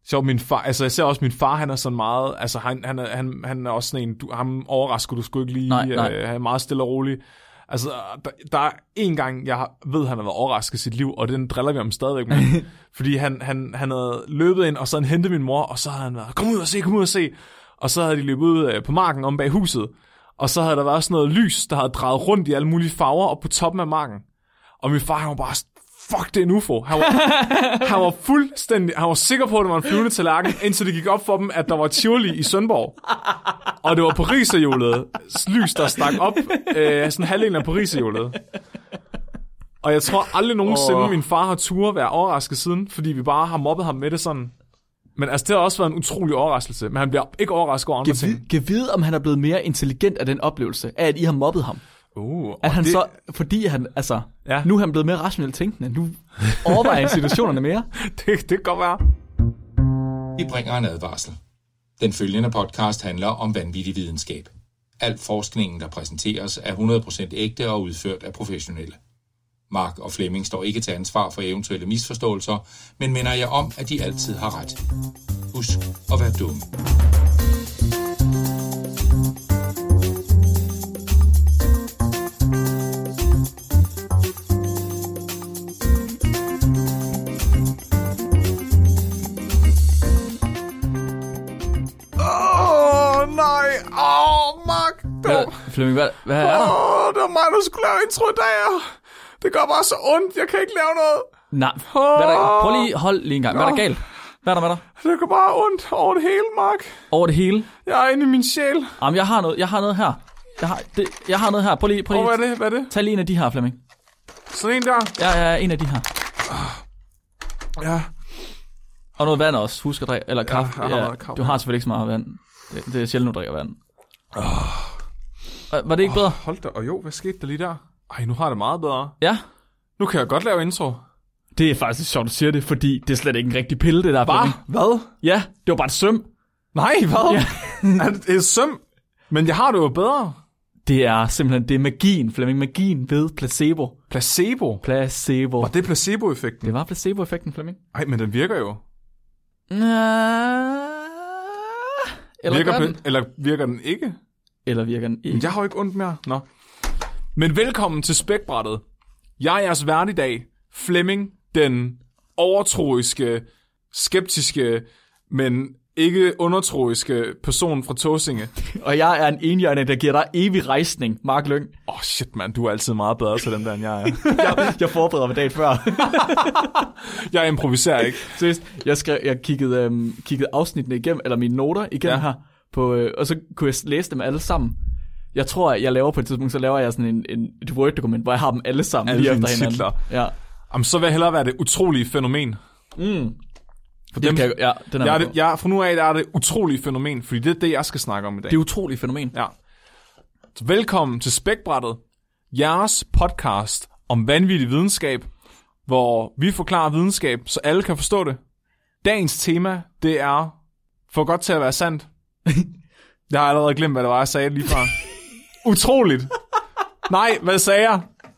Så min far, altså jeg ser også min far, han er sådan meget, altså han er også sådan en, ham overrasker du sgu ikke lige, han er meget stille og rolig. Altså, der er en gang, jeg ved, han har været overrasket i sit liv, og den driller vi ham stadigvæk med. Fordi han havde løbet ind, og så han hentet min mor, og så havde han været, kom ud og se. Og så havde de løbet ud på marken om bag huset, og så havde der været sådan noget lys, der havde drejet rundt i alle mulige farver op på toppen af marken. Og min far, han var bare, fuck, det er en UFO. Han var fuldstændig, han var sikker på, at det var en flyvende tallerken, indtil det gik op for dem, at der var Tivoli i Sønderborg. Og det var pariserhjulet lys, der stak op, sådan halvdelen af pariserhjulet. Og jeg tror aldrig nogensinde, min far har turde være overrasket siden, fordi vi bare har mobbet ham med det sådan. Men altså, det har også været en utrolig overraskelse, men han bliver ikke overrasket over andre ting. Kan vide, om han er blevet mere intelligent af den oplevelse, af at I har mobbet ham. At han så, fordi han, altså, nu er han blevet mere rationelt tænkende. Nu overvejer han situationerne mere. det kan godt være. Vi bringer en advarsel. Den følgende podcast handler om vanvittig videnskab. Al forskningen, der præsenteres, er 100% ægte og udført af professionelle. Mark og Flemming står ikke til ansvar for eventuelle misforståelser, men minder jer om, at de altid har ret. Husk at være dumme. Flemming, hvad er der? Det var mig, der skulle lave intro i dag. Det gør bare så ondt. Jeg kan ikke lave noget. Nej, hvad er der? Prøv lige hold lige en gang. Hvad er der galt? Hvad er der med dig? Det gør bare ondt over det hele, Mark. Over det hele? Jeg er inde i min sjæl. Jamen, jeg har noget her. Jeg har noget her. Prøv lige. Hvad er det? Tag lige en af de her, Flemming. Sådan en der? Ja, en af de her. Ja. Og noget vand også. Husk at drikke. Eller kaffe. Ja, du har selvfølgelig ikke så meget vand. Det er sjældent, du drikker vand. Var det ikke bedre? Hold da, og jo, hvad skete der lige der? Ej, nu har det meget bedre. Ja. Nu kan jeg godt lave intro. Det er faktisk sjovt, du siger det, fordi det er slet ikke en rigtig pille, det der. Bare? Hvad? Ja, det var bare et søm. Nej, hvad? Ja. Det er et søm? Men jeg har det jo bedre. Det er simpelthen, det er magien, Flemming. Magien ved placebo. Placebo? Placebo. Var det placeboeffekten? Det var placeboeffekten, Flemming. Ej, men den virker jo. Eller virker den ikke? Eller virker den ikke? Jeg har jo ikke ondt mere. Nå. Men velkommen til Spækbrættet. Jeg er jeres vært i dag. Flemming, den overtroiske, skeptiske, men ikke undertroiske person fra Tåsinge. Og jeg er en enhjørning, der giver dig evig rejsning, Mark Lyng. Shit, mand. Du er altid meget bedre til den der, end jeg er. Jeg forbereder mig dagen før. Jeg improviserer ikke. Seriøst, jeg kiggede afsnittene igennem, eller mine noter igennem her, og så kunne jeg læse dem alle sammen. Jeg tror, jeg laver på et tidspunkt, så laver jeg sådan et Word-dokument, hvor jeg har dem alle sammen lige efter hinanden. Ja. Jamen, så vil jeg hellere være det utrolige fænomen. For fra nu af er det utrolige fænomen, fordi det er det, jeg skal snakke om i dag. Det er utrolige fænomen. Ja. Så velkommen til Spækbrættet, jeres podcast om vanvittig videnskab, hvor vi forklarer videnskab, så alle kan forstå det. Dagens tema, det er for godt til at være sandt. Jeg har allerede glemt, hvad det var, jeg sagde lige fra. Utroligt. Nej, hvad sagde jeg?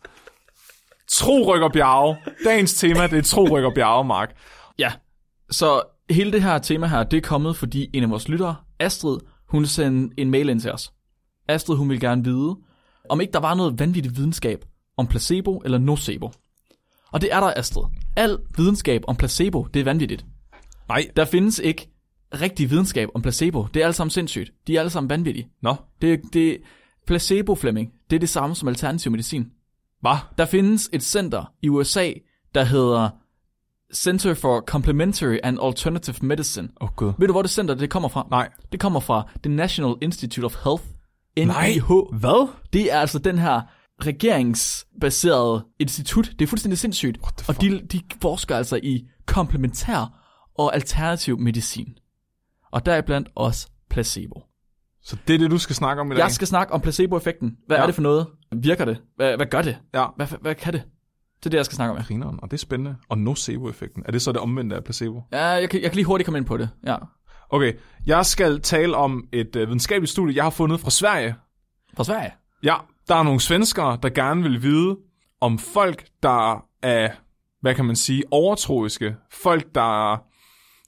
Tro rykker bjerge. Dagens tema, det er tro rykker bjerge, Mark. Ja, så hele det her tema her, det er kommet, fordi en af vores lyttere, Astrid, hun sendte en mail ind til os. Astrid, hun ville gerne vide, om ikke der var noget vanvittigt videnskab om placebo eller nocebo. Og det er der, Astrid. Al videnskab om placebo, det er vanvittigt. Nej. Der findes ikke rigtig videnskab om placebo. Det er alle sammen sindssygt. De er alle sammen vanvittige. Nå. Det placebo, Flemming, det er det samme som alternativ medicin. Hvad? Der findes et center i USA, der hedder Center for Complementary and Alternative Medicine. God. Ved du, hvor det center det kommer fra? Nej. Det kommer fra The National Institute of Health. NIH. Nej. Hvad? Det er altså den her regeringsbaserede institut. Det er fuldstændig sindssygt. Og de forsker altså i komplementær og alternativ medicin. Og deriblandt også placebo. Så det er det, du skal snakke om i dag? Jeg skal snakke om placeboeffekten. Hvad er det for noget? Virker det? Hvad gør det? Ja. Hvad kan det? Det er det, jeg skal snakke om. Grineren, og det er spændende. Og nocebo-effekten. Er det så det omvendte af placebo? Ja, jeg kan lige hurtigt komme ind på det. Ja. Okay, jeg skal tale om et videnskabeligt studie, jeg har fundet fra Sverige. Fra Sverige? Ja, der er nogle svenskere, der gerne vil vide, om folk, der er, hvad kan man sige, overtroiske. Folk,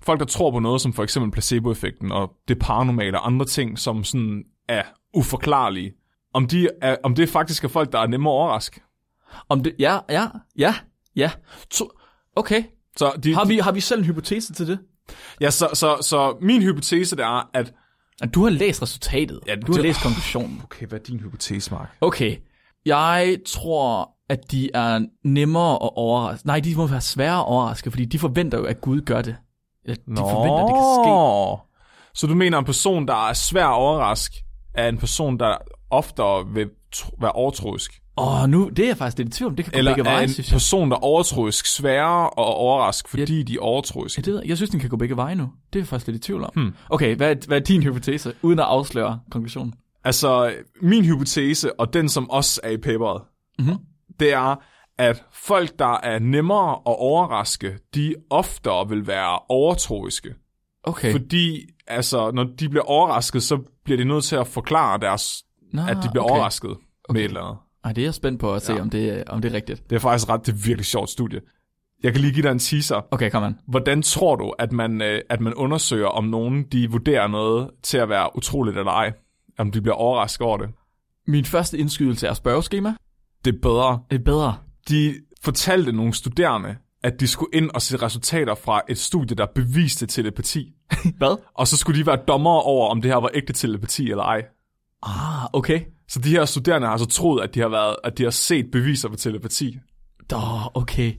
folk, der tror på noget, som for eksempel placeboeffekten og det paranormale og andre ting, som sådan er uforklarlige, om det faktisk er folk, der er nemmere at overraske. Om det, ja. Okay. Så har vi selv en hypotese til det? Ja, så min hypotese det er, at du har læst resultatet. Ja, du har læst konklusionen. Okay, hvad er din hypotese, Mark? Okay. Jeg tror, at de er nemmere at overraske. Nej, de må være sværere at overraske, fordi de forventer jo, at Gud gør det. De forventer, at det kan ske. Så du mener, en person, der er svær at overraske, er en person, der oftere vil være overtroisk? Nu det er jeg faktisk lidt i tvivl om. Det kan gå begge veje, synes jeg. Eller en person, der er overtroisk, sværere at overraske, fordi de er overtroiske? Ja, jeg synes, den kan gå begge veje nu. Det er jeg faktisk lidt i tvivl om. Okay, hvad er din hypotese, uden at afsløre konklusionen? Altså, min hypotese, og den som også er i paperet, det er, at folk, der er nemmere at overraske, de oftere vil være overtroiske. Okay. Fordi, altså, når de bliver overrasket, så bliver de nødt til at forklare at de bliver overrasket med et eller andet. Ej, det er jeg spændt på at se, om det er rigtigt. Det er faktisk det er virkelig sjovt studie. Jeg kan lige give dig en teaser. Okay, kom an. Hvordan tror du, at man undersøger, om nogen de vurderer noget til at være utroligt eller ej? Om de bliver overrasket over det? Min første indskydelse er spørgeskema. Det er bedre. Det er bedre. De fortalte nogle studerende, at de skulle ind og se resultater fra et studie, der beviste telepati. Hvad? Og så skulle de være dommere over, om det her var ægte telepati eller ej. Okay. Så de her studerende har altså troet, at de har set beviser på telepati. Okay.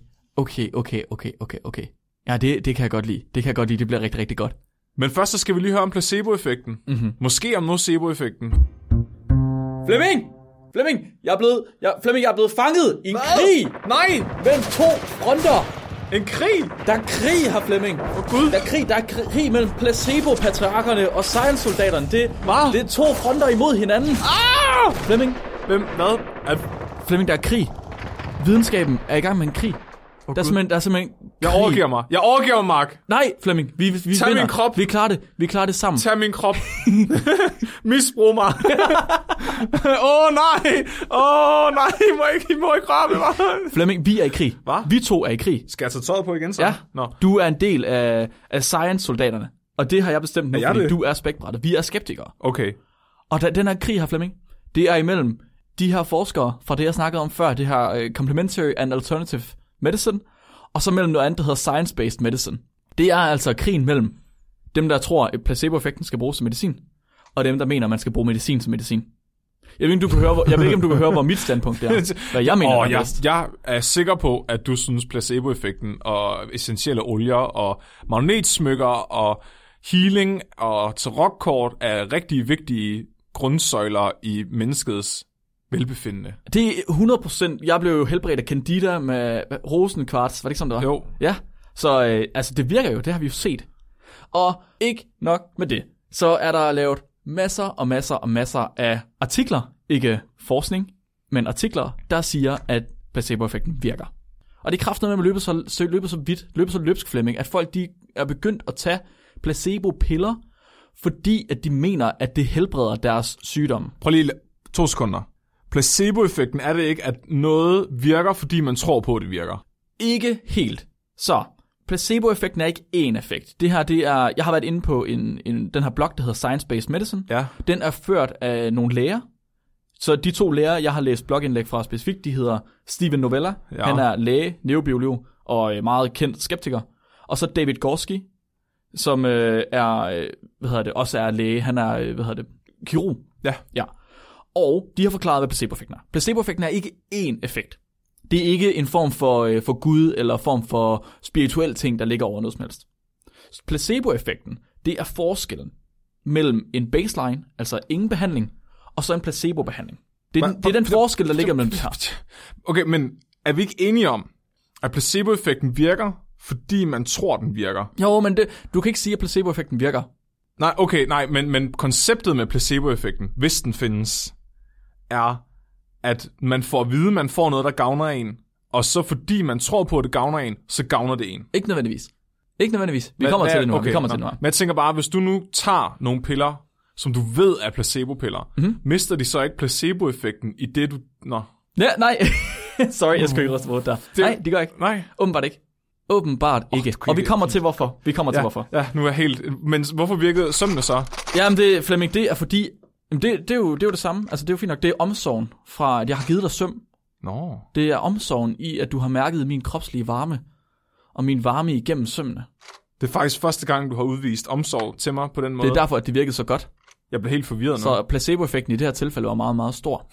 Ja, det kan jeg godt lide. Det bliver rigtig, rigtig godt. Men først så skal vi lige høre om placeboeffekten. Måske om noceboeffekten. Flemming, jeg er blevet fanget i en krig. Nej! Mellem to fronter. En krig? Der er krig her, Flemming. Gud. Der er krig mellem placebo-patriarkerne og science-soldaterne. Det er to fronter imod hinanden. Flemming. Hvad? Flemming, der er krig. Videnskaben er i gang med en krig. Der er simpelthen Jeg overgiver mig, Mark. Nej, Flemming, vi Tag vinder. min krop. Vi klarer det sammen. Tag min krop. Misbrug mig. Nej, I må ikke røre mig. Flemming, vi er i krig. Hvad? Vi to er i krig. Skal jeg tage tøjet på igen så? Ja, du er en del af science-soldaterne. Og det har jeg bestemt nu, fordi du er spækbrættet. Vi er skeptikere. Okay. Og den her krig her, Flemming, det er imellem de her forskere fra det, jeg snakkede om før, det her complementary and alternative medicine, og så mellem noget andet, der hedder science-based medicine. Det er altså krigen mellem dem, der tror, at placeboeffekten skal bruges som medicin, og dem, der mener, at man skal bruge medicin som medicin. Jeg ved ikke, om du kan høre, hvor mit standpunkt er. Hvad jeg mener jeg er sikker på, at du synes, placeboeffekten og essentielle olier og magnetsmykker og healing og tarotkort er rigtig vigtige grundsøjler i menneskets velbefindende. Det er 100%. Jeg blev jo helbredt af Candida med rosenkvarts. Var det ikke sådan, det var? Jo. Ja. Så det virker jo. Det har vi jo set. Og ikke nok med det. Så er der lavet masser af artikler. Ikke forskning, men artikler, der siger, at placeboeffekten virker. Og det er kraftigt med at løbe så vidt, løbe så løbsk, Flemming, at folk de er begyndt at tage placebo-piller, fordi at de mener, at det helbreder deres sygdom. Prøv lige 2 sekunder. Placeboeffekten er det ikke, at noget virker, fordi man tror på, at det virker? Ikke helt. Så, placeboeffekten er ikke én effekt. Det her, jeg har været inde på den her blog, der hedder Science Based Medicine. Ja. Den er ført af nogle læger. Så de 2 læger, jeg har læst blogindlæg fra specifikt, de hedder Steven Novella. Ja. Han er læge, neurobiolog og meget kendt skeptiker. Og så David Gorski, som også er læge. Han er, kirurg. Ja. Og de har forklaret, hvad placeboeffekten er. Placeboeffekten er ikke én effekt. Det er ikke en form for Gud eller form for spirituel ting, der ligger over noget som helst. Placeboeffekten, det er forskellen mellem en baseline, altså ingen behandling, og så en placebobehandling. Det er den forskel, der ligger mellem det her. Okay, men er vi ikke enige om, at placeboeffekten virker, fordi man tror, den virker? Jo, men du kan ikke sige, at placeboeffekten virker. Nej, men konceptet med placeboeffekten, hvis den findes, er, at man får at vide, at man får noget, der gavner en, og så fordi man tror på, at det gavner en, så gavner det en. Ikke nødvendigvis. Vi kommer til det nu. Men jeg tænker bare, hvis du nu tager nogle piller, som du ved er placebo-piller, mister de så ikke placeboeffekten i det, du... Nå. Ja, nej. Sorry, jeg skal ikke ryste på der. Nej, det gør ikke. Nej. Åbenbart ikke. Åbenbart ikke. Og vi kommer til hvorfor. Til hvorfor. Ja, nu er jeg helt... Men hvorfor virkede søvnene så? Jamen Flemming, det er fordi... Det er jo det samme. Altså det er jo fint nok. Det er omsorgen fra, at jeg har givet dig søvn. Nå. Det er omsorgen i, at du har mærket min kropslige varme. Og min varme igennem søvnene. Det er faktisk første gang, du har udvist omsorg til mig på den måde. Det er derfor, at det virkede så godt. Jeg blev helt forvirret nu. Så placeboeffekten i det her tilfælde var meget, meget stor.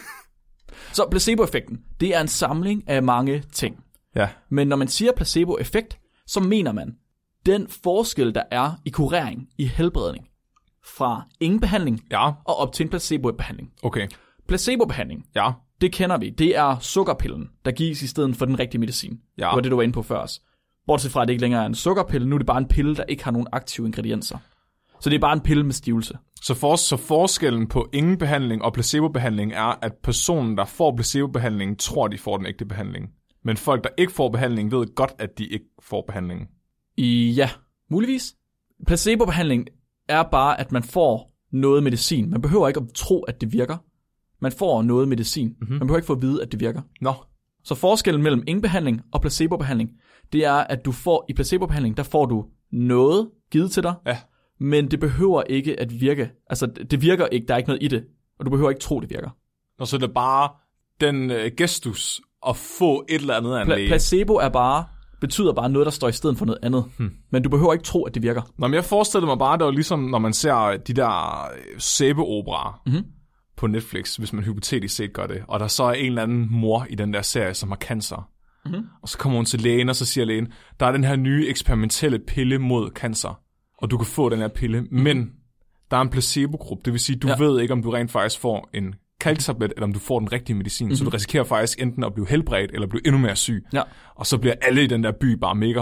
Så placeboeffekten, det er en samling af mange ting. Ja. Men når man siger placeboeffekt, så mener man den forskel, der er i kurering, i helbredning, fra ingen behandling og op til en placebobehandling. Okay. Placebobehandling, det kender vi. Det er sukkerpillen, der gives i stedet for den rigtige medicin. Ja. Det var det, du var inde på før os. Bortset fra, at det ikke længere er en sukkerpille, nu er det bare en pille, der ikke har nogen aktive ingredienser. Så det er bare en pille med stivelse. Så forskellen på ingen behandling og placebobehandling er, at personen, der får placebobehandling, tror, de får den ægte behandling. Men folk, der ikke får behandling, ved godt, at de ikke får behandling. Ja, muligvis. Placebobehandling er bare, at man får noget medicin. Man behøver ikke at tro, at det virker. Man får noget medicin. Man behøver ikke få at vide, at det virker. Nå. Så forskellen mellem ingen behandling og placebobehandling, det er, at du får i placebobehandling, der får du noget givet til dig, men det behøver ikke at virke. Altså, det virker ikke, der er ikke noget i det, og du behøver ikke tro, det virker. Og så er det bare den gestus at få et eller andet af en læge. Placebo betyder bare noget, der står i stedet for noget andet. Men du behøver ikke tro, at det virker. Nå, men jeg forestiller mig bare, det var ligesom, når man ser de der sæbeoperaer på Netflix, hvis man hypotetisk set gør det, og der så er en eller anden mor i den der serie, som har cancer. Og så kommer hun til lægen, og så siger lægen, der er den her nye eksperimentelle pille mod cancer, og du kan få den her pille, men der er en placebo-gruppe, det vil sige, du ved ikke, om du rent faktisk får en kalktablet, eller om du får den rigtige medicin, så du risikerer faktisk enten at blive helbredt, eller blive endnu mere syg. Ja. Og så bliver alle i den der by bare mega,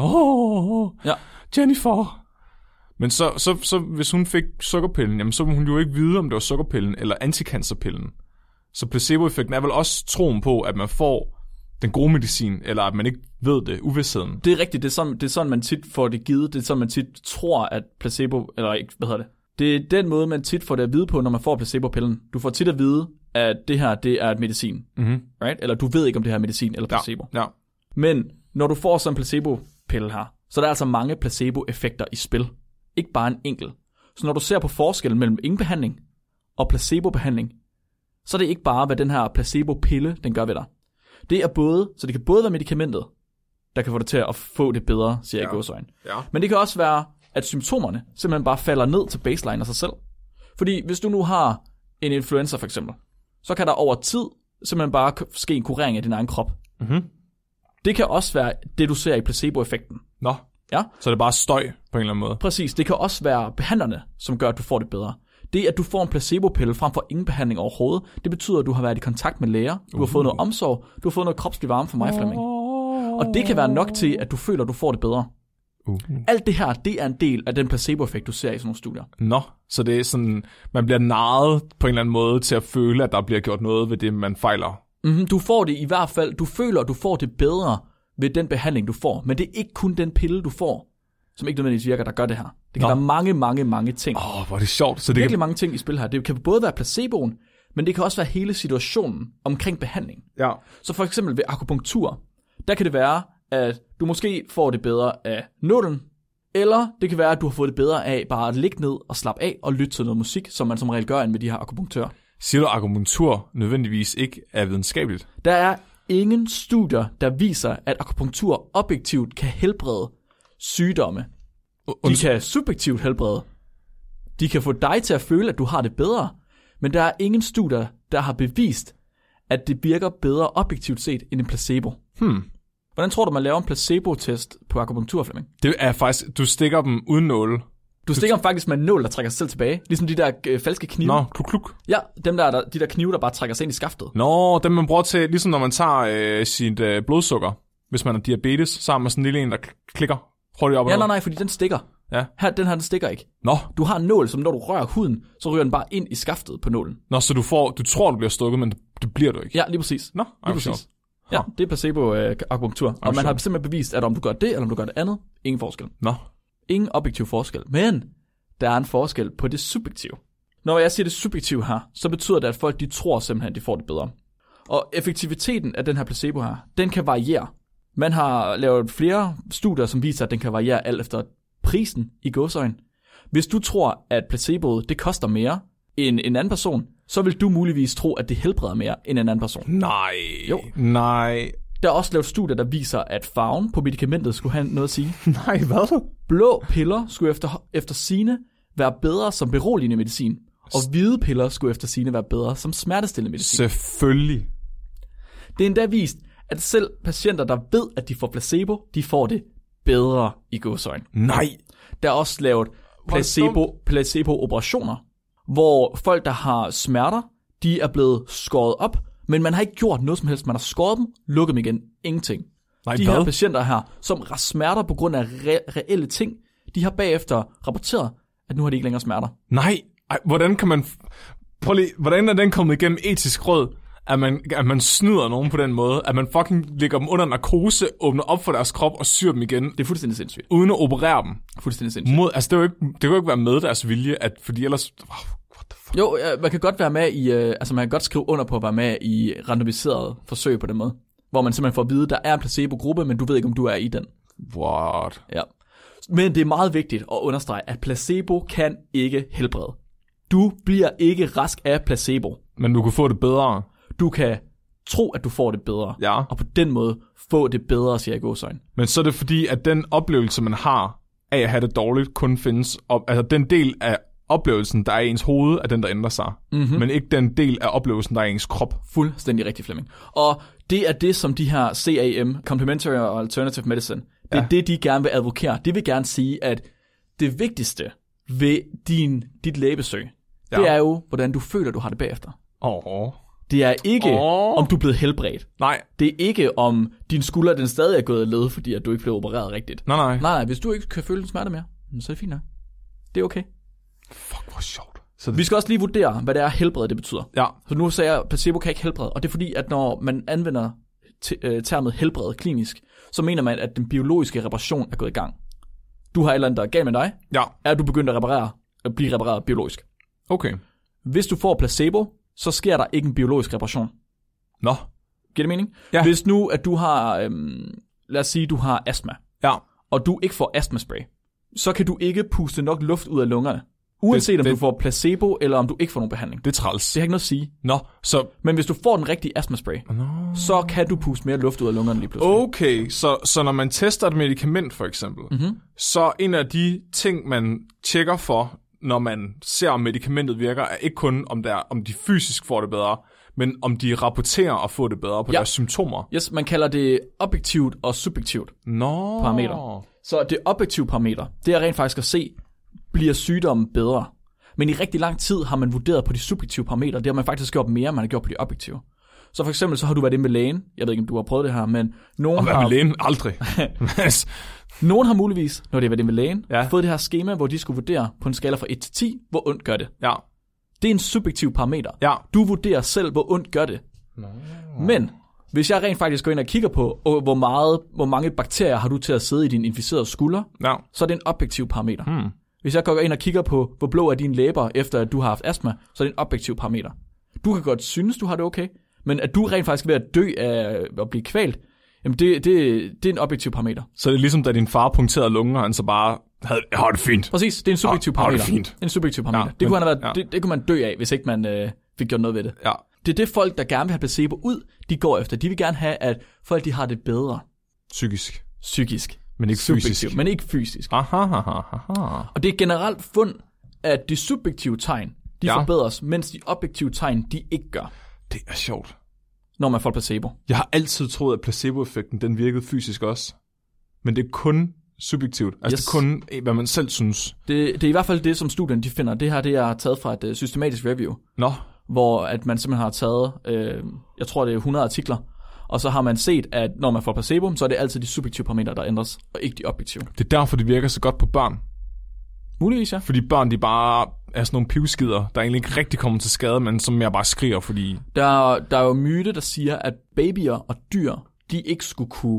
Jennifer. Men så hvis hun fik sukkerpillen, jamen så må hun jo ikke vide, om det var sukkerpillen eller anticancerpillen. Så placeboeffekten er vel også troen på, at man får den gode medicin, eller at man ikke ved det, uvidstheden. Det er rigtigt, det er sådan, man tit får det givet, det er sådan, man tit tror, at placebo, eller ikke, det er den måde, man tit får det at vide på, når man får placebo-pillen. Du får tit at vide, at det her, det er et medicin, right? Eller du ved ikke, om det her er medicin eller placebo. Ja. Men når du får sådan en placebo-pille her, så er der altså mange placebo-effekter i spil. Ikke bare en enkelt. Så når du ser på forskellen mellem ingen behandling og placebo-behandling, så er det ikke bare, hvad den her placebo-pille, den gør ved dig. Det er så det kan både være medicamentet, der kan få dig til at få det bedre, siger jeg i gåseøjne. Ja. Men det kan også være, at symptomerne simpelthen bare falder ned til baseline af sig selv. Fordi hvis du nu har en influenza for eksempel, så kan der over tid simpelthen bare ske en kurering af din egen krop. Det kan også være det, du ser i placeboeffekten. Nå, ja. Så det er bare støj på en eller anden måde. Præcis, det kan også være behandlerne, som gør, at du får det bedre. Det, at du får en placebo-pille frem for ingen behandling overhovedet, det betyder, at du har været i kontakt med læger, du har fået noget omsorg, du har fået noget kropslig varme fra mig, Flemming. Og det kan være nok til, at du føler, at du får det bedre. Alt det her, det er en del af den placebo-effekt, du ser i sådan nogle studier. Nå, så det er sådan, man bliver narret på en eller anden måde til at føle, at der bliver gjort noget ved det, man fejler. Du får det i hvert fald, du føler, at du får det bedre ved den behandling, du får. Men det er ikke kun den pille, du får, som ikke nødvendigvis virker, der gør det her. Det kan være mange ting. Hvor er det sjovt. Så det virkelig mange ting i spil her. Det kan både være placeboen, men det kan også være hele situationen omkring behandling. Ja. Så for eksempel ved akupunktur, der kan det være, at du måske får det bedre af nålen, eller det kan være, at du har fået det bedre af bare at ligge ned og slappe af og lytte til noget musik, som man som regel gør med de her akupunktører. Siger du, at akupunktur nødvendigvis ikke er videnskabeligt? Der er ingen studier, der viser, at akupunktur objektivt kan helbrede sygdomme. De kan subjektivt helbrede. De kan få dig til at føle, at du har det bedre. Men der er ingen studier, der har bevist, at det virker bedre objektivt set end en placebo. Hvordan tror du, man laver en placebo-test på akupunktur, Flemming? Det er faktisk, du stikker dem uden nåle. Du stikker dem faktisk med en nål, der trækker sig selv tilbage. Ligesom de der falske knive. Nå, kluk. Ja, de der knive, der bare trækker sig ind i skaftet. Nå, dem man bruger til, ligesom når man tager sit blodsukker. Hvis man har diabetes, så har man sådan en lille en, der klikker hurtigt op. Ja, nej, fordi den stikker. Ja. Den stikker ikke. Nå. Du har en nål, som når du rører huden, så ryger den bare ind i skaftet på nålen. Nå, så du tror, du bliver stukket, men det bliver du ikke. Ja, lige præcis. Nå, lige præcis. Ja, det er placebo-akupunktur. Og man har simpelthen bevist, at om du gør det, eller om du gør det andet, ingen forskel. Nå. Ingen objektiv forskel. Men der er en forskel på det subjektive. Når jeg siger det subjektive her, så betyder det, at folk de tror simpelthen, de får det bedre. Og effektiviteten af den her placebo her, den kan variere Man har lavet flere studier, som viser, at den kan variere alt efter prisen i gåseøjne. Hvis du tror, at placeboet det koster mere end en anden person, så vil du muligvis tro, at det helbreder mere end en anden person. Nej. Jo. Nej. Der er også lavet studier, der viser, at farven på medikamentet skulle have noget at sige. Nej, hvad? Blå piller skulle efter sigende være bedre som beroligende medicin, og hvide piller skulle efter sigende være bedre som smertestillende medicin. Selvfølgelig. Det er endda vist, at selv patienter, der ved, at de får placebo, de får det bedre i gåseøjne. Nej. Der er også lavet placebo-operationer, hvor folk, der har smerter, de er blevet skåret op, men man har ikke gjort noget som helst. Man har skåret dem, lukket dem igen. Ingenting. Nej, de her patienter her, som har smerter på grund af reelle ting, de har bagefter rapporteret, at nu har de ikke længere smerter. Nej. Ej, hvordan kan man... Hvordan er den kommet igennem etisk råd, at man snyder nogen på den måde? At man fucking lægger dem under narkose, åbner op for deres krop og syr dem igen? Det er fuldstændig sindssygt. Uden at operere dem? Fuldstændig sindssygt. Altså, det kan jo ikke være med deres vilje, fordi ellers... Jo, man kan godt være med i... man kan godt skrive under på at være med i randomiseret forsøg på den måde. Hvor man simpelthen får at vide, at der er en placebo-gruppe, men du ved ikke, om du er i den. What? Ja. Men det er meget vigtigt at understrege, at placebo kan ikke helbrede. Du bliver ikke rask af placebo. Men du kan få det bedre. Du kan tro, at du får det bedre. Ja. Og på den måde få det bedre, siger jeg i gåseøjne. Men så er det fordi, at den oplevelse, man har af at have det dårligt, kun findes... Altså den del af oplevelsen, der er i ens hoved, er den, der ændrer sig. Mm-hmm. Men ikke den del af oplevelsen, der er i ens krop. Fuldstændig rigtig, Flemming. Og det er det, som de her CAM, Complementary og Alternative Medicine, det er det, de gerne vil advokere. Det vil gerne sige, at det vigtigste ved dit lægebesøg, det er jo, hvordan du føler, du har det bagefter. Det er ikke, om du er blevet helbredt. Nej. Det er ikke, om din skulder den stadig er gået af led, fordi at du ikke blev opereret rigtigt. Nej, hvis du ikke kan føle din smerte mere, så er det fint nok. Det er okay. Fuck, hvor sjovt. Vi skal også lige vurdere, hvad det er helbred, det betyder. Ja. Så nu sagde jeg, at placebo kan ikke helbrede, og det er fordi, at når man anvender termet helbred klinisk, så mener man, at den biologiske reparation er gået i gang. Du har et eller andet, der er galt med dig. Ja. Er du begyndt at blive repareret biologisk. Okay. Hvis du får placebo, så sker der ikke en biologisk reparation. Nå. Giver det mening? Ja. Hvis nu, at du har, lad os sige, du har astma, og du ikke får astmaspray, så kan du ikke puste nok luft ud af lungerne. Uanset om du får placebo, eller om du ikke får nogen behandling. Det er træls. Det har ikke noget at sige. Nå, så... Men hvis du får den rigtige astmaspray, så kan du puste mere luft ud af lungerne lige pludselig. Okay, så når man tester et medicament for eksempel, så en af de ting, man tjekker for, når man ser, om medicamentet virker, er ikke kun, om de fysisk får det bedre, men om de rapporterer at få det bedre på deres symptomer. Yes, man kalder det objektivt og subjektivt parameter. Så det objektive parameter, det er rent faktisk at se, bliver sygdommen bedre. Men i rigtig lang tid har man vurderet på de subjektive parametre. Det har man faktisk gjort mere, end man har gjort på de objektive. Så for eksempel, så har du været inde med lægen. Jeg ved ikke, om du har prøvet det her, men nogen har... med lægen? Aldrig. Nogen har muligvis, når de har været inde med lægen, fået det her skema, hvor de skulle vurdere på en skala fra 1 til 10, hvor ondt gør det. Ja. Det er en subjektiv parameter. Ja. Du vurderer selv, hvor ondt gør det. Men hvis jeg rent faktisk går ind og kigger på, hvor mange bakterier har du til at sidde i din inficerede skulder, så er det en objektiv parameter. Hvis jeg går ind og kigger på, hvor blå er dine læber, efter at du har haft astma, så er det en objektiv parameter. Du kan godt synes, du har det okay, men at du rent faktisk er ved at dø af at blive kvalt, jamen det er en objektiv parameter. Så det er ligesom, da din far punkterede lungen, og han så bare har det fint. Præcis, det er en subjektiv parameter. Det fint. En subjektiv parameter. Ja, det kunne man dø af, hvis ikke man fik gjort noget ved det. Ja. Det er det folk, der gerne vil have placebo ud, de går efter. De vil gerne have, at folk de har det bedre. Psykisk. Men ikke fysisk. Men ikke fysisk. Aha. Og det er generelt fund, at de subjektive tegn, de forbedres, mens de objektive tegn, de ikke gør. Det er sjovt. Når man får placebo. Jeg har altid troet, at placeboeffekten, den virkede fysisk også. Men det er kun subjektivt. Altså det er kun, hvad man selv synes. Det er i hvert fald det, som studien de finder. Det her, det er taget fra et systematisk review. Nå. Hvor at man simpelthen har taget, jeg tror det er 100 artikler, og så har man set, at når man får placebo, så er det altid de subjektive parametre, der ændres, og ikke de objektive. Det er derfor, det virker så godt på børn. Muligvis, ja. Fordi børn, de bare er sådan nogle pivskider, der egentlig ikke rigtig kommer til skade, men som jeg bare skriger, fordi... Der er jo myte, der siger, at babyer og dyr, de ikke skulle kunne,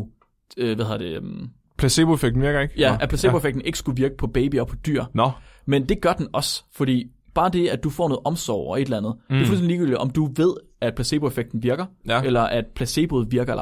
placeboeffekten virker ikke? Ja, at placeboeffekten ikke skulle virke på babyer og på dyr. Nå. Men det gør den også, fordi bare det, at du får noget omsorg og et eller andet, det er fuldstændig ligegyldigt, om du ved, at placeboeffekten virker, eller at placeboet virker eller ej.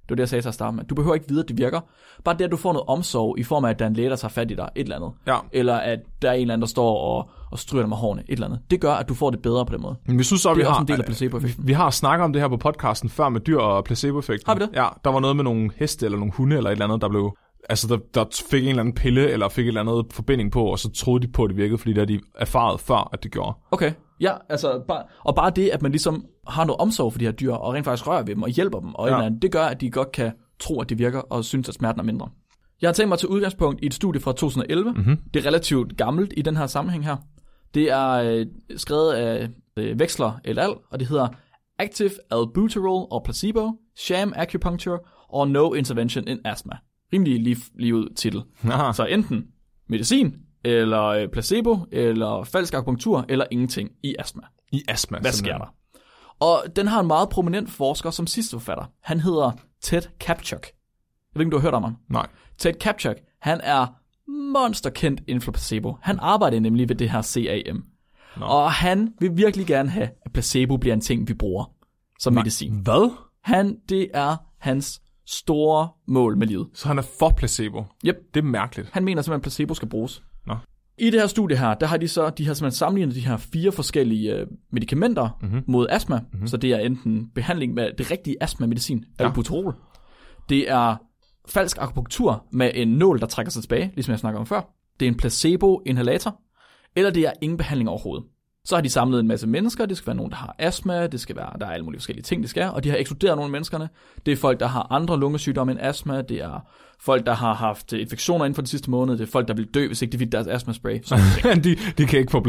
Det var det, jeg sagde til at starte med. Du behøver ikke vide, at det virker. Bare det, at du får noget omsorg i form af, at der er en læge, der tager fat i dig, et eller andet. Ja. Eller at der er en eller anden, der står og stryger dig med hårene, et eller andet. Det gør, at du får det bedre på den måde. Men vi synes så, det er også en del af placeboeffekten. Vi har snakket om det her på podcasten før med dyr og placeboeffekten. Har vi det? Ja, der var noget med nogle heste eller nogle hunde eller et eller andet, der blev... Altså, der fik en eller anden pille, eller fik et eller andet forbinding på, og så troede de på, at det virkede, fordi der de erfaret før, at det gjorde. Okay, ja, altså, bare det, at man ligesom har noget omsorg for de her dyr, og rent faktisk rører ved dem og hjælper dem, og et eller andet, det gør, at de godt kan tro, at det virker, og synes, at smerten er mindre. Jeg har tænkt mig til udgangspunkt i et studie fra 2011. Det er relativt gammelt i den her sammenhæng her. Det er skrevet af Veksler et al, og det hedder Active Albuterol or Placebo, Sham Acupuncture or No Intervention in Asthma. Rimelig lige ud titel. Aha. Så enten medicin, eller placebo, eller falsk akupunktur, eller ingenting i astma. I astma. Hvad sker der? Og den har en meget prominent forsker som sidste forfatter. Han hedder Ted Kaptchuk. Jeg ved ikke, om du har hørt om ham? Nej. Ted Kaptchuk, han er monsterkendt inden for placebo. Han arbejder nemlig ved det her CAM. Nå. Og han vil virkelig gerne have, at placebo bliver en ting, vi bruger som medicin. Hvad? Det er hans store mål med livet. Så han er for placebo? Yep. Det er mærkeligt. Han mener simpelthen, at placebo skal bruges. Nå. I det her studie her, der har de simpelthen sammenlignet de her 4 forskellige medicamenter mod astma. Så det er enten behandling med det rigtige astma-medicin, albuterol. Det er falsk akupunktur med en nål, der trækker sig tilbage, ligesom jeg snakkede om før. Det er en placebo-inhalator. Eller det er ingen behandling overhovedet. Så har de samlet en masse mennesker. Det skal være nogen, der har astma. Det skal være, der er alle mulige forskellige ting, det skal. Og de har ekskluderet nogle af menneskerne. Det er folk, der har andre lungesygdomme end astma. Det er folk, der har haft infektioner inden for den sidste måned. Det er folk, der vil dø, hvis ikke de fik deres astma-spray. de kan ikke få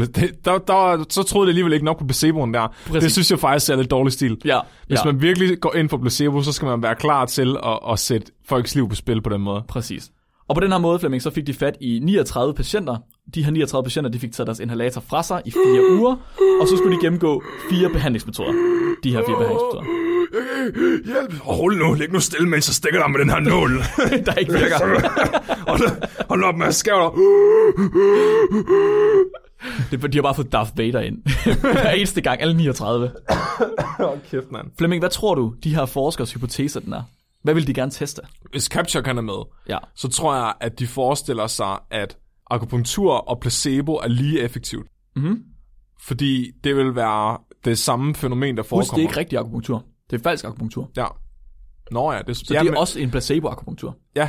så troede de alligevel ikke nok på placeboen der. Præcis. Det synes jeg faktisk er lidt dårlig stil. Ja. Hvis man virkelig går ind for placebo, så skal man være klar til at sætte folks liv på spil på den måde. Præcis. Og på den her måde, Flemming, så fik de fat i 39 patienter. De her 39 patienter, de fik taget deres inhalator fra sig i 4 uger, og så skulle de gennemgå 4 behandlingsmetoder. De her 4 behandlingsmetoder. Hjælp! Hold nu, læg nu stille, mens jeg stikker dig med den her nål. Der ikke virker. Hold op med at skæve De har bare fået Darth Vader ind. Hver eneste gang, alle 39. Kæft, mand. Flemming, hvad tror du, de her forskers hypotese, den er? Hvad vil de gerne teste? Hvis Kaptchuk er med, så tror jeg, at de forestiller sig, at akupunktur og placebo er lige effektivt. Fordi det vil være det samme fænomen, der forekommer. Husk, det er ikke rigtig akupunktur. Det er falsk akupunktur. Ja. Nå ja. Så det er også en placebo-akupunktur. Ja.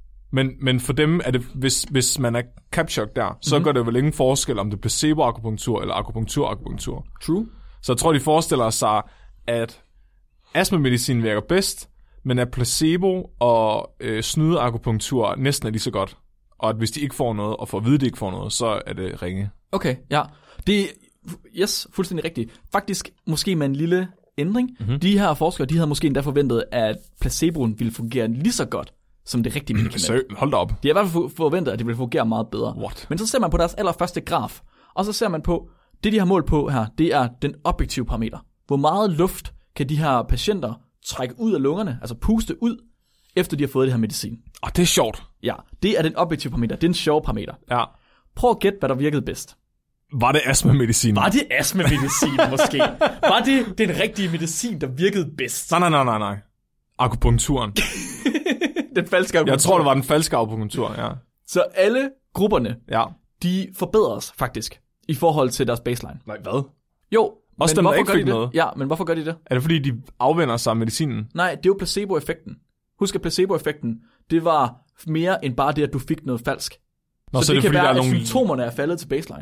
Men for dem er det, hvis man er Kaptchuk der, så gør det vel ingen forskel, om det er placebo-akupunktur eller akupunktur-akupunktur. True. Så jeg tror, de forestiller sig, at astmamedicin virker bedst, men at placebo og snydeakupunktur næsten er lige så godt. Og at hvis de ikke får noget, og får at vide, at de ikke får noget, så er det ringe. Okay, ja. Det er fuldstændig rigtigt. Faktisk måske med en lille ændring. De her forskere, de havde måske endda forventet, at placeboen ville fungere lige så godt som det rigtige medicament. Så hold da op. De har i hvert fald forventet, at det ville fungere meget bedre. What? Men så ser man på deres allerførste graf, og så ser man på, det de har målt på her, det er den objektive parameter. Hvor meget luft kan de her patienter trække ud af lungerne, altså puste ud, efter de har fået det her medicin. Det er sjovt. Ja, det er den objektive parameter. Det er en sjov parameter. Ja. Prøv at gætte, hvad der virkede bedst. Var det astmamedicin? Var det astmamedicin måske? Var det den rigtige medicin, der virkede bedst? Nej. Akupunkturen. Den falske akupunktur. Jeg tror, det var den falske akupunktur, ja. Så alle grupperne, de forbedres faktisk i forhold til deres baseline. Nej, hvad? Jo, også dem, der ikke fik noget. Ja, men hvorfor gør de det? Er det fordi, de afvender sig af medicinen? Nej, det er jo placeboeffekten. Husk, at placeboeffekten, det var mere end bare det, at du fik noget falsk. Så det kan være, at symptomerne er faldet til baseline.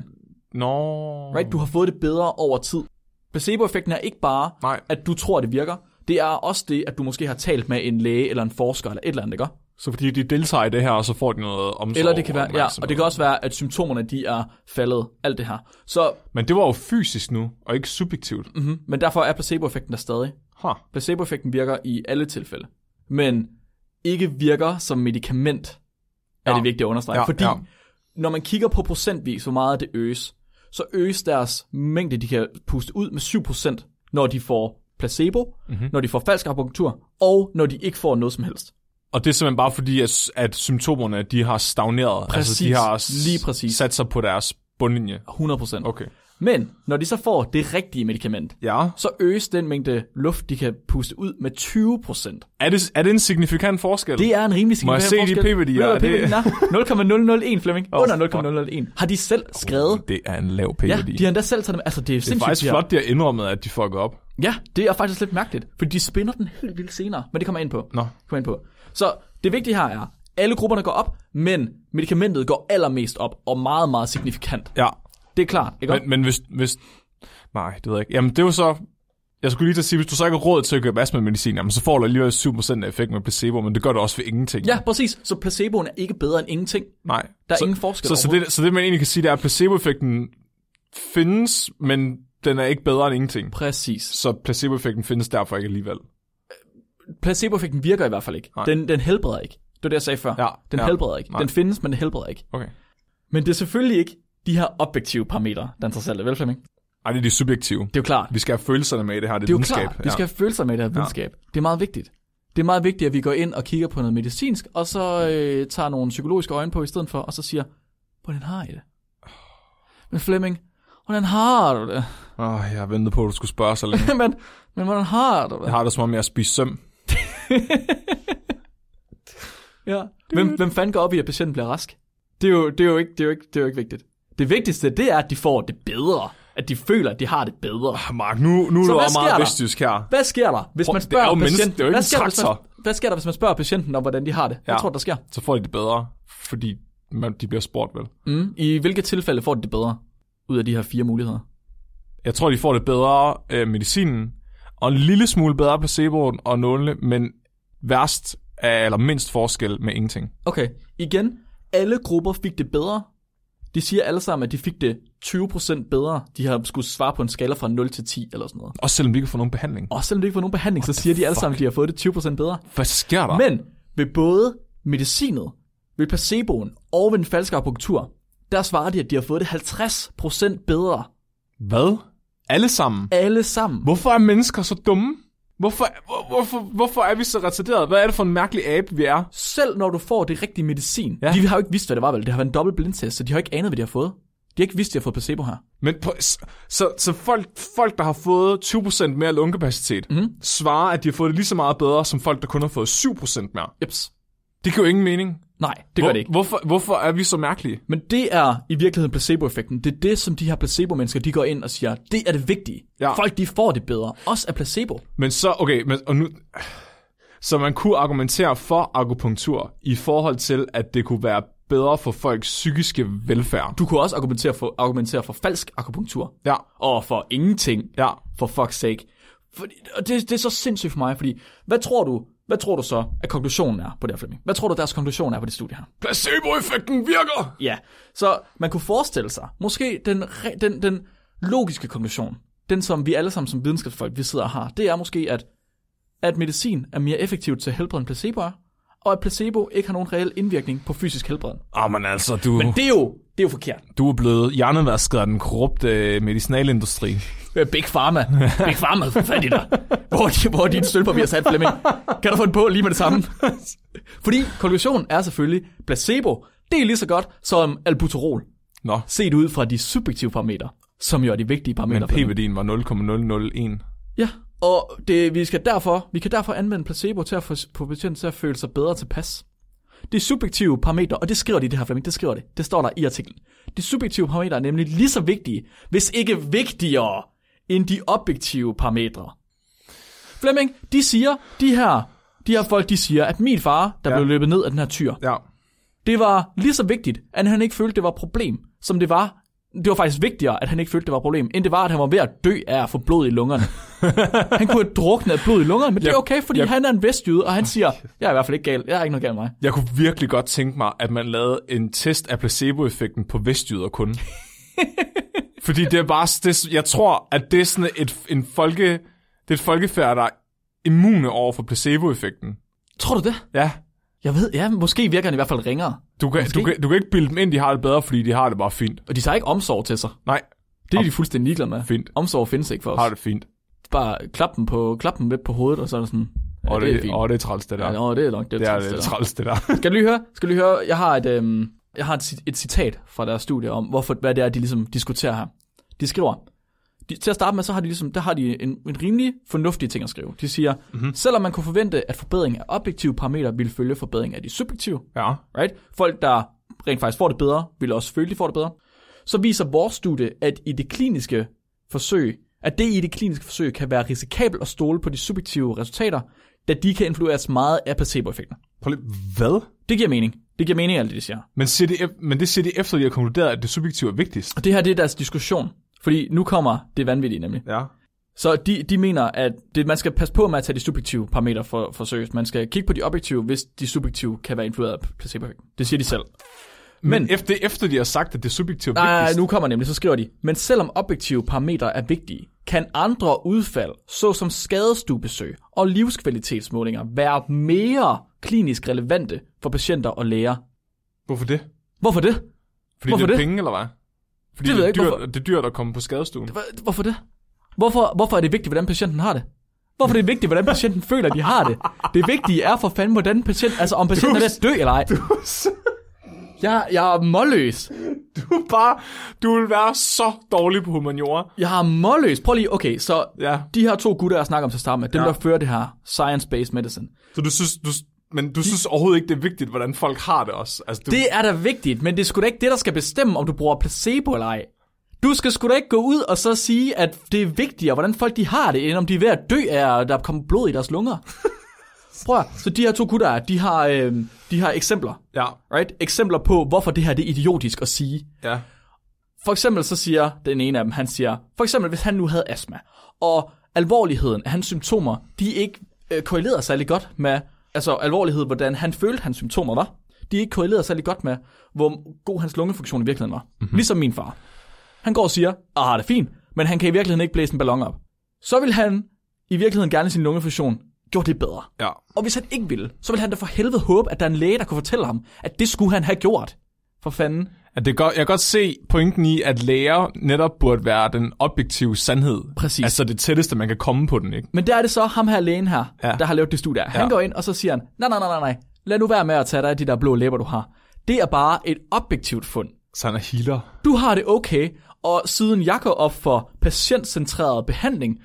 Right? Du har fået det bedre over tid. Placeboeffekten er ikke bare, at du tror, det virker. Det er også det, at du måske har talt med en læge eller en forsker eller et eller andet, ikke? Så fordi de deltager i det her, og så får de noget omsorg. Eller det kan være, og det kan også være, at symptomerne, de er faldet, alt det her. Så, men det var jo fysisk nu, og ikke subjektivt. Men derfor er placeboeffekten der stadig. Placeboeffekten virker i alle tilfælde. Men ikke virker som medicament, er det vigtigt at understrege. Fordi når man kigger på procentvis, hvor meget det øges, så øges deres mængde, de kan puste ud med 7%, når de får placebo, når de får falsk akupunktur, og når de ikke får noget som helst. Og det er simpelthen bare fordi, at symptomerne, de har stagneret. Præcis, altså, de har lige præcis sat sig på deres bundlinje. 100%. Okay. Men når de så får det rigtige medicament, så øges den mængde luft, de kan puste ud med 20%. Er det en signifikant forskel? Det er en rimelig signifikant forskel. Må jeg se de p-værdier? 0,001, Flemming. Under 0,001. Har de selv skrevet? Det er en lav p-værdi. Ja, de har endda selv taget dem. Altså, det er faktisk flot, de har indrømmet, at de fucker op. Ja, det er faktisk lidt mærkeligt, fordi de spinder den helt vildt senere. Men det kommer ind på. Så det vigtige her er, alle grupperne går op, men medicamentet går allermest op, og meget, meget signifikant. Ja. Det er klart, ikke? Men hvis... Nej, det ved jeg ikke. Jamen, det er jo så... Jeg skulle lige til at sige, hvis du så ikke har råd til at købe astma-medicin, jamen, så får du alligevel 7% af effekt med placebo, men det gør det også ved ingenting. Ja, præcis. Så placeboen er ikke bedre end ingenting. Nej. Der er ingen forskel så det, man egentlig kan sige, det er, at placeboeffekten findes, men den er ikke bedre end ingenting. Præcis. Så placeboeffekten findes derfor ikke alligevel. Placeboeffekten virker i hvert fald ikke. Den helbreder ikke. Det var det, jeg sagde før. Ja, den helbreder ikke. Nej. Den findes, men den helbreder ikke. Okay. Men det er selvfølgelig ikke de her objektive parametre, der er interessante, vel Flemming? Nej, det er de subjektive. Det er jo klart. Vi skal have følelserne med i det her, det er videnskab. Klart. Vi skal have følelser med i det her videnskab. Det er meget vigtigt. Det er meget vigtigt, at vi går ind og kigger på noget medicinsk, og så tager nogle psykologiske øjne på i stedet for, og så siger, hvordan har I det? Men Flemming, hvordan har du det? Jeg har ventet på, at du skulle spørge så længe. men hvordan har du det? Jeg har det som om, jeg spiser søm. Ja. Hvem fanden går op i, at patienten bliver rask? Det er jo ikke vigtigt. Det vigtigste, det er, at de får det bedre. At de føler, at de har det bedre. Mark, nu er du også meget vestjysk her. Hvad sker der, hvis man spørger patienten? Det er jo ikke en traktor. Hvad sker der, hvis man spørger patienten om, hvordan de har det? Hvad tror du, der sker? Så får de det bedre, fordi de bliver spurgt, vel? I hvilke tilfælde får de det bedre, ud af de her 4 muligheder? Jeg tror, de får det bedre medicinen, og en lille smule bedre placeboen og nålene, men værst eller mindst forskel med ingenting. Okay, igen, alle grupper fik det bedre. De siger alle sammen, at de fik det 20% bedre. De har skulle svare på en skala fra 0 til 10 eller sådan noget. Også selvom de ikke får nogen behandling. Så siger de alle sammen, at de har fået det 20% bedre. Hvad sker der? Men ved både medicinet, ved placeboen og ved den falske akupunktur, der svarer de, at de har fået det 50% bedre. Hvad? Alle sammen? Alle sammen. Hvorfor er mennesker så dumme? Hvorfor er vi så retarderet? Hvad er det for en mærkelig abe, vi er? Selv når du får det rigtige medicin. Ja. De har jo ikke vidst, hvad det var, vel? Det har været en dobbelt blindtest, så de har ikke anet, hvad de har fået. De har ikke vidst, at de har fået placebo her. Men så folk, der har fået 20% mere lungekapacitet, svarer, at de har fået det lige så meget bedre, som folk, der kun har fået 7% mere. Jeps. Det giver jo ingen mening. Nej, det gør det ikke. Hvorfor er vi så mærkelige? Men det er i virkeligheden placeboeffekten. Det er det, som de her placebo-mennesker, de går ind og siger, det er det vigtige. Ja. Folk, de får det bedre. Også af placebo. Men så, okay, så man kunne argumentere for akupunktur i forhold til, at det kunne være bedre for folks psykiske velfærd. Du kunne også argumentere for falsk akupunktur. Ja. Og for ingenting. Ja. For fuck's sake. Det er så sindssygt for mig, fordi hvad tror du så, at konklusionen er på det her, Flemming? Hvad tror du, deres konklusion er på det studie her? Placeboeffekten virker! Ja, så man kunne forestille sig, måske den logiske konklusion, den som vi alle sammen som videnskabsfolk, vi sidder og har, det er måske, at medicin er mere effektivt til at helbrede end placebo er, og at placebo ikke har nogen reel indvirkning på fysisk helbred. Men altså, Men det er jo forkert. Du er blevet hjernevasket af den korrupte medicinalindustri. Big Pharma. Big Pharma, for fat i dig. Hvor er din sølvpapir sat, Flemming? Kan du få den på lige med det samme? Fordi konklusionen er selvfølgelig, placebo, det er lige så godt som albuterol. Nå. Set ud fra de subjektive parametre, som jo er de vigtige parametre. Men p-værdien var 0,001. Ja, og vi kan derfor anvende placebo til at få patienten til at føle sig bedre tilpas. De subjektive parametre, og det skriver de det her, Flemming, det skriver det. Det står der i artiklen. De subjektive parametre er nemlig lige så vigtige, hvis ikke vigtigere, end de objektive parametre. Flemming, de her folk, de siger, at min far, der blev løbet ned af den her tyr, det var lige så vigtigt, at han ikke følte, det var et problem, som det var. Det var faktisk vigtigere, at han ikke følte, det var et problem, end det var, at han var ved at dø af at få blod i lungerne. Han kunne have druknet af blod i lungerne, men det er okay, fordi han er en vestjyde, og han siger, jeg er i hvert fald ikke gal, jeg er ikke noget galt med mig. Jeg kunne virkelig godt tænke mig, at man lavede en test af placeboeffekten på vestjyder kun. Fordi det er bare, jeg tror, at det er sådan et folkefærd, der er immune over for placeboeffekten. Tror du det? Ja. Jeg ved, måske virker den i hvert fald ringere. Du kan ikke bilde dem ind, de har det bedre, fordi de har det bare fint. Og de tager ikke omsorg til sig. Nej. Det er de fuldstændig ligeglade med. Fint. Omsorg findes ikke for os. Har det fint. Bare klap dem lidt på hovedet, og så er det sådan... Ja, det er fint. Det er træls, det der. Ja, det er nok det er træls, det der. Skal du lige høre? Jeg har et citat fra deres studie om, hvad det er, de ligesom diskuterer her. De skriver, til at starte med, så har de ligesom, der har de en rimelig fornuftig ting at skrive. De siger, selvom man kunne forvente, at forbedring af objektive parametre ville følge forbedring af de subjektive, right? Folk, der rent faktisk får det bedre, vil også føle, de får det bedre. Så viser vores studie, at det i det kliniske forsøg kan være risikabelt at stole på de subjektive resultater, da de kan influeres meget af placeboeffekten. Hvad? Det giver mening. Det giver mening, alt det, de siger. Men det siger de efter, de har konkluderet, at det subjektive er vigtigst. Og det her, det er deres diskussion. Fordi nu kommer det vanvittige nemlig. Ja. Så de mener, at man skal passe på med at tage de subjektive parametre for seriøst. Man skal kigge på de objektive, hvis de subjektive kan være influeret af placeboeffekten. Det siger de selv. Men efter de har sagt, at det subjektive er vigtigst... Nej, nu kommer nemlig, så skriver de, men selvom objektive parametre er vigtige, kan andre udfald, såsom skadestuebesøg og livskvalitetsmålinger, være mere klinisk relevante for patienter og læger. Hvorfor det? Fordi Hvorfor det er penge, eller hvad? Fordi det er dyrt at komme på skadestuen. Hvorfor det? Hvorfor er det vigtigt, hvordan patienten har det? Hvorfor er det vigtigt, hvordan patienten føler, at de har det? Det vigtige er for fanden, hvordan patienten... Altså, om patienten er ved at dø eller ej. Jeg er målløs. Du vil være så dårlig på humaniora. Jeg er målløs. Prøv lige, okay, så de her 2 gutter, jeg snakker om til at starte med, dem der fører det her science-based medicine. Så du synes overhovedet ikke, det er vigtigt, hvordan folk har det også? Altså, det er da vigtigt, men det er sgu da ikke det, der skal bestemme, om du bruger placebo eller ej. Du skal sgu da ikke gå ud og så sige, at det er vigtigere, hvordan folk de har det, end om de er ved at dø af, at der kommer blod i deres lunger. Prøv at, så de her 2 gutter, de har eksempler. Ja. Right? Eksempler på, hvorfor det her det er idiotisk at sige. Ja. For eksempel så siger den ene af dem, han siger, for eksempel hvis han nu havde astma, og alvorligheden af hans symptomer, de ikke korrelerede særlig godt med, altså alvorlighed, hvordan han følte, hans symptomer var. De ikke korrelerede særlig godt med, hvor god hans lungefunktion i virkeligheden var. Mm-hmm. Ligesom min far. Han går og siger, det er fint, men han kan i virkeligheden ikke blæse en ballon op. Så vil han i virkeligheden gerne sin lungefunktion gjorde det bedre. Ja. Og hvis han ikke ville, så ville han da for helvede håbe, at der er en læge, der kunne fortælle ham, at det skulle han have gjort. For fanden. Jeg kan godt se pointen i, at læger netop burde være den objektive sandhed. Præcis. Altså det tætteste, man kan komme på den, ikke? Men der er det så ham her lægen her, der har lavet det studie. Han går ind, og så siger han, nej. Lad nu være med at tage dig af de der blå læber, du har. Det er bare et objektivt fund. Så han er healer. Du har det okay, og siden jeg går op for patientcentreret behandling,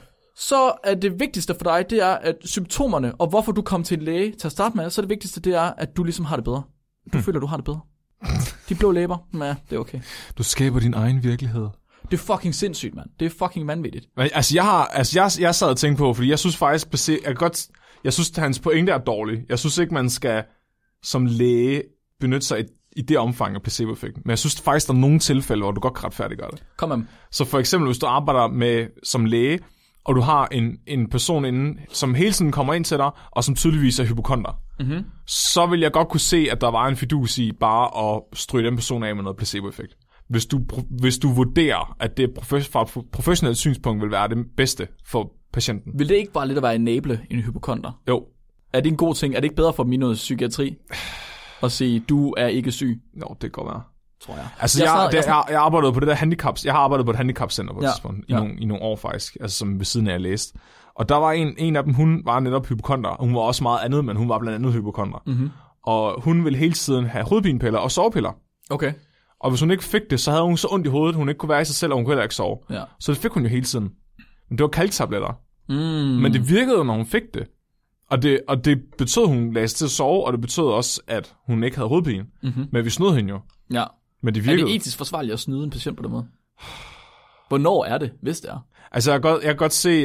så er det vigtigste for dig, det er, at symptomerne, og hvorfor du kom til en læge til at starte med, så det vigtigste, det er, at du ligesom har det bedre. Du føler, du har det bedre. De blå læber, det er okay. Du skaber din egen virkelighed. Det er fucking sindssygt, mand. Det er fucking vanvittigt. Altså, jeg sad og tænkte på, fordi jeg synes faktisk, jeg synes, at hans pointe er dårlig. Jeg synes ikke, man skal som læge benytte sig i det omfang af placeboeffekten. Men jeg synes faktisk, der er nogle tilfælde, hvor du godt kan retfærdiggøre det. Kom med. Så for eksempel, hvis du arbejder som læge, og du har en person inden, som hele tiden kommer ind til dig, og som tydeligvis er hypokonder, så vil jeg godt kunne se, at der var en fidus i bare at stryge den person af med noget placeboeffekt. Hvis du vurderer, at det fra et professionelt synspunkt vil være det bedste for patienten. Vil det ikke bare lidt at være enable en hypokonder? Jo. Er det en god ting? Er det ikke bedre for dem i noget psykiatri at sige, du er ikke syg? Jo, det kan godt være. Tror jeg. Altså, jeg arbejdede på det der handicaps. Jeg har arbejdet på et handicapcenter på et tidspunkt, i nogle år faktisk, altså som ved siden af jeg læste. Og der var en af dem, hun var netop hypokonder, og hun var også meget andet, men hun var blandt andet hypokonder. Mm-hmm. Og hun ville hele tiden have hovedpinepiller og sovepiller. Okay. Og hvis hun ikke fik det, så havde hun så ondt i hovedet, hun ikke kunne være i sig selv, og hun kunne heller ikke sove. Ja. Så det fik hun jo hele tiden. Men det var kalktabletter. Men det virkede jo, når hun fik det. Og det betød, at hun lagde sig til at sove, og det betød også, at hun ikke havde hovedpine. Mm-hmm. Men vi snød hende jo. Ja. Men det virkede. Er det etisk forsvarligt at snyde en patient på den måde? Hvornår er det, hvis det er? Altså, jeg kan godt se...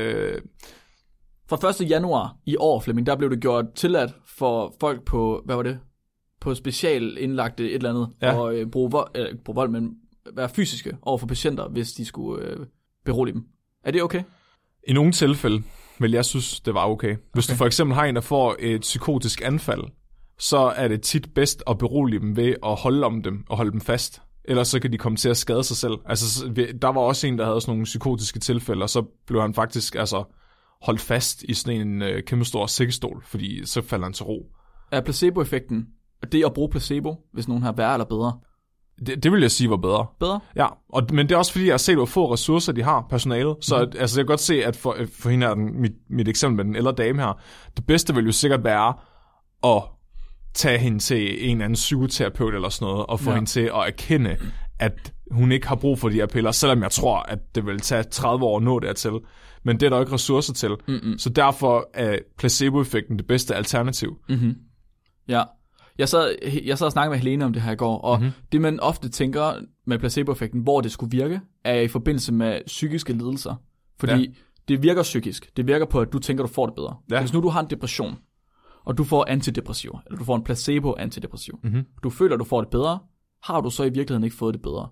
Fra 1. januar i år, Flemming, der blev det gjort tilladt for folk på, hvad var det? På special indlagte et eller andet, og bruge vold, men være fysiske over for patienter, hvis de skulle berolige dem. Er det okay? I nogle tilfælde vil jeg synes, det var okay. Hvis du for eksempel har en, der får et psykotisk anfald, så er det tit bedst at berolige dem ved at holde om dem og holde dem fast. Ellers så kan de komme til at skade sig selv. Altså, der var også en, der havde sådan nogle psykotiske tilfælde, og så blev han faktisk holdt fast i sådan en kæmpe stor sækkestol, fordi så falder han til ro. Er placeboeffekten det at bruge placebo, hvis nogen har værre eller bedre? Det vil jeg sige var bedre. Bedre? Ja, men det er også fordi, jeg har set, hvor få ressourcer de har, personalet. Så altså, jeg kan godt se, at for hende her, mit eksempel med den ældre dame her, det bedste vil jo sikkert være at tage hende til en eller anden psykoterapeut eller sådan noget, og få hende til at erkende, at hun ikke har brug for de her piller, selvom jeg tror, at det vil tage 30 år at nå dertil. Men det er der jo ikke ressourcer til. Så derfor er placeboeffekten det bedste alternativ. Ja. Jeg sad og snakkede med Helene om det her i går, og det man ofte tænker med placeboeffekten, hvor det skulle virke, er i forbindelse med psykiske lidelser. Fordi det virker psykisk. Det virker på, at du tænker, du får det bedre. Ja. Hvis nu du har en depression, og du får antidepressiv, eller du får en placebo-antidepressiv, du føler, du får det bedre, har du så i virkeligheden ikke fået det bedre.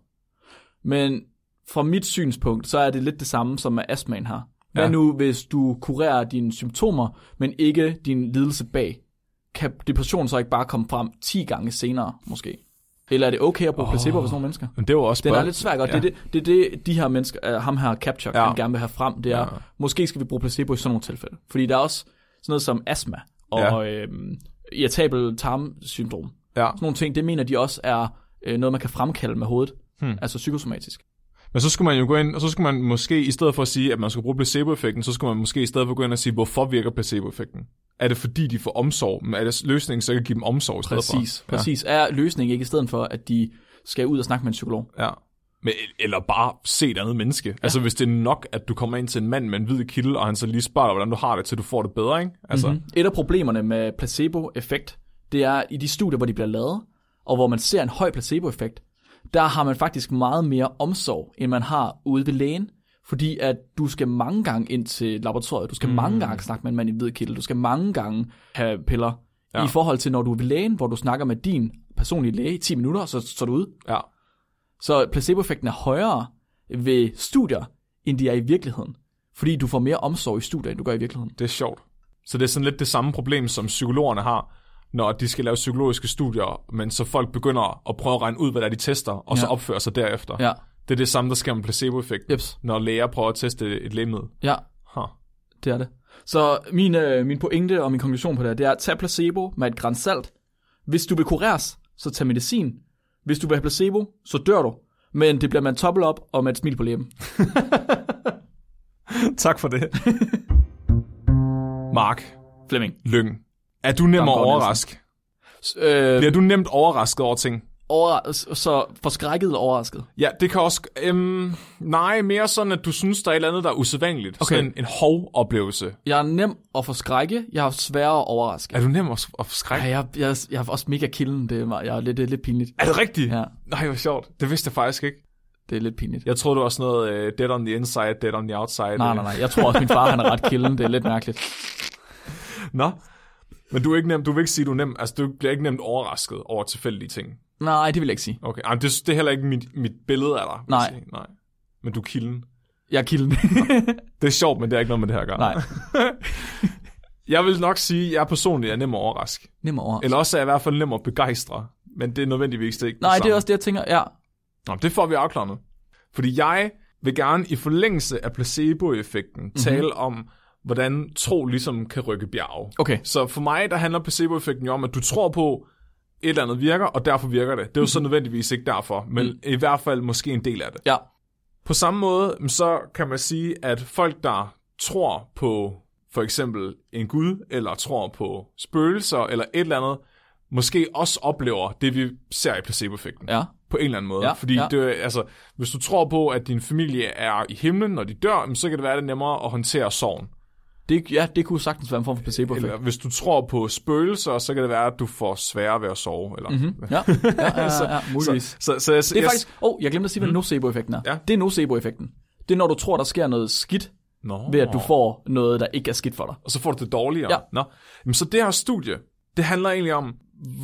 Men fra mit synspunkt, så er det lidt det samme som med astmaen her. Hvad nu, hvis du kurerer dine symptomer, men ikke din lidelse bag? Kan depression så ikke bare komme frem 10 gange senere, måske? Eller er det okay at bruge placebo hos nogle mennesker? Men det var også den er lidt svært, og det er det, de her mennesker, ham her Capture, kan gerne vil have frem, det er, måske skal vi bruge placebo i sådan nogle tilfælde. Fordi der er også sådan noget som astma, og irritabel tarmsyndrom. Sådan nogle ting, det mener de også er noget, man kan fremkalde med hovedet, altså psykosomatisk. Men så skulle man jo gå ind, og så skulle man måske, i stedet for at sige, at man skulle bruge placeboeffekten, så skulle man måske i stedet for gå ind og sige, hvorfor virker placeboeffekten? Er det fordi, de får omsorg? Men er det løsningen, så kan give dem omsorg i stedet for? Præcis. Er løsningen ikke i stedet for, at de skal ud og snakke med en psykolog? Ja. Eller bare se et andet menneske. Ja. Altså hvis det er nok, at du kommer ind til en mand med en hvid kilde, og han så lige spørger dig, hvordan du har det, til du får det bedre, ikke? Altså. Et af problemerne med placeboeffekt, det er i de studier, hvor de bliver lavet, og hvor man ser en høj placeboeffekt, der har man faktisk meget mere omsorg, end man har ude ved lægen. Fordi at du skal mange gange ind til laboratoriet, du skal mange gange snakke med en mand i hvid kittel, du skal mange gange have piller. I forhold til når du er ved lægen, hvor du snakker med din personlige læge i 10 minutter, så er du ude. Ja. Så placeboeffekten er højere ved studier, end de er i virkeligheden. Fordi du får mere omsorg i studier, end du gør i virkeligheden. Det er sjovt. Så det er sådan lidt det samme problem, som psykologerne har, når de skal lave psykologiske studier, men så folk begynder at prøve at regne ud, hvad der de tester, og så opfører sig derefter. Ja. Det er det samme, der sker med placeboeffekt, når læger prøver at teste et lægemiddel. Ja, det er det. Så min pointe og min konklusion på det er, at tag placebo med et gran salt. Hvis du vil kureres, så tag medicin. Hvis du vil have placebo, så dør du. Men det bliver man toppel op og med et smil på læben. Tak for det. Mark Flemming Lyng. Er du nem at overraske? Bliver du nemt overrasket over ting? Så forskrækket eller overrasket? Ja, det kan også... nej, mere sådan, at du synes, der er et eller andet, der er usædvanligt. Okay. Sådan en hov-oplevelse. Jeg er nem at forskrække. Jeg har sværere at overraske. Er du nem at forskrække? Ja, jeg er også mega kilden. Det er lidt pinligt. Er det rigtigt? Ja. Nej, hvor sjovt. Det vidste jeg faktisk ikke. Det er lidt pinligt. Jeg troede, det var sådan noget dead on the inside, dead on the outside. Nej. Jeg tror også, min far han er ret kilden. Det er lidt mærkeligt. Nå. Men du er ikke nem. Du vil ikke sige, at du er nem. Altså, du bliver ikke nemt overrasket over tilfældige ting. Nej, det vil jeg ikke sige. Okay, det er heller ikke mit billede af dig. Nej. Men du er kilden. Jeg er kilden. Det er sjovt, men det er ikke noget med det her at gøre. Nej. Jeg vil nok sige, at jeg personligt er nem at overraske. Nem at overraske. Eller også er jeg i hvert fald nem at begejstre. Men det er nødvendigvis ikke. Nej, det er også det, jeg tænker, ja. Nå, det får vi afklaret. Fordi jeg vil gerne i forlængelse af placeboeffekten tale om, hvordan tro ligesom kan rykke bjerge. Okay. Så for mig, der handler placeboeffekten jo om, at du tror på, et eller andet virker, og derfor virker det. Det er jo så nødvendigvis ikke derfor, men i hvert fald måske en del af det. Ja. På samme måde, så kan man sige, at folk, der tror på for eksempel en gud, eller tror på spøgelser, eller et eller andet, måske også oplever det, vi ser i placeboeffekten. Ja. På en eller anden måde. Ja. Fordi det, altså, hvis du tror på, at din familie er i himlen, når de dør, så kan det være det nemmere at håndtere sorgen. Det kunne sagtens være en form for placeboeffekt. Eller hvis du tror på spøgelser, så kan det være, at du får sværere ved at sove. Eller... Ja, muligvis. Så det er faktisk... jeg glemte at sige, hvad nocebo-effekten er. Ja. Det er nocebo-effekten. Det er, når du tror, der sker noget skidt, ved at du får noget, der ikke er skidt for dig. Og så får du det dårligere. Ja. Nå. Jamen, så det her studie, det handler egentlig om,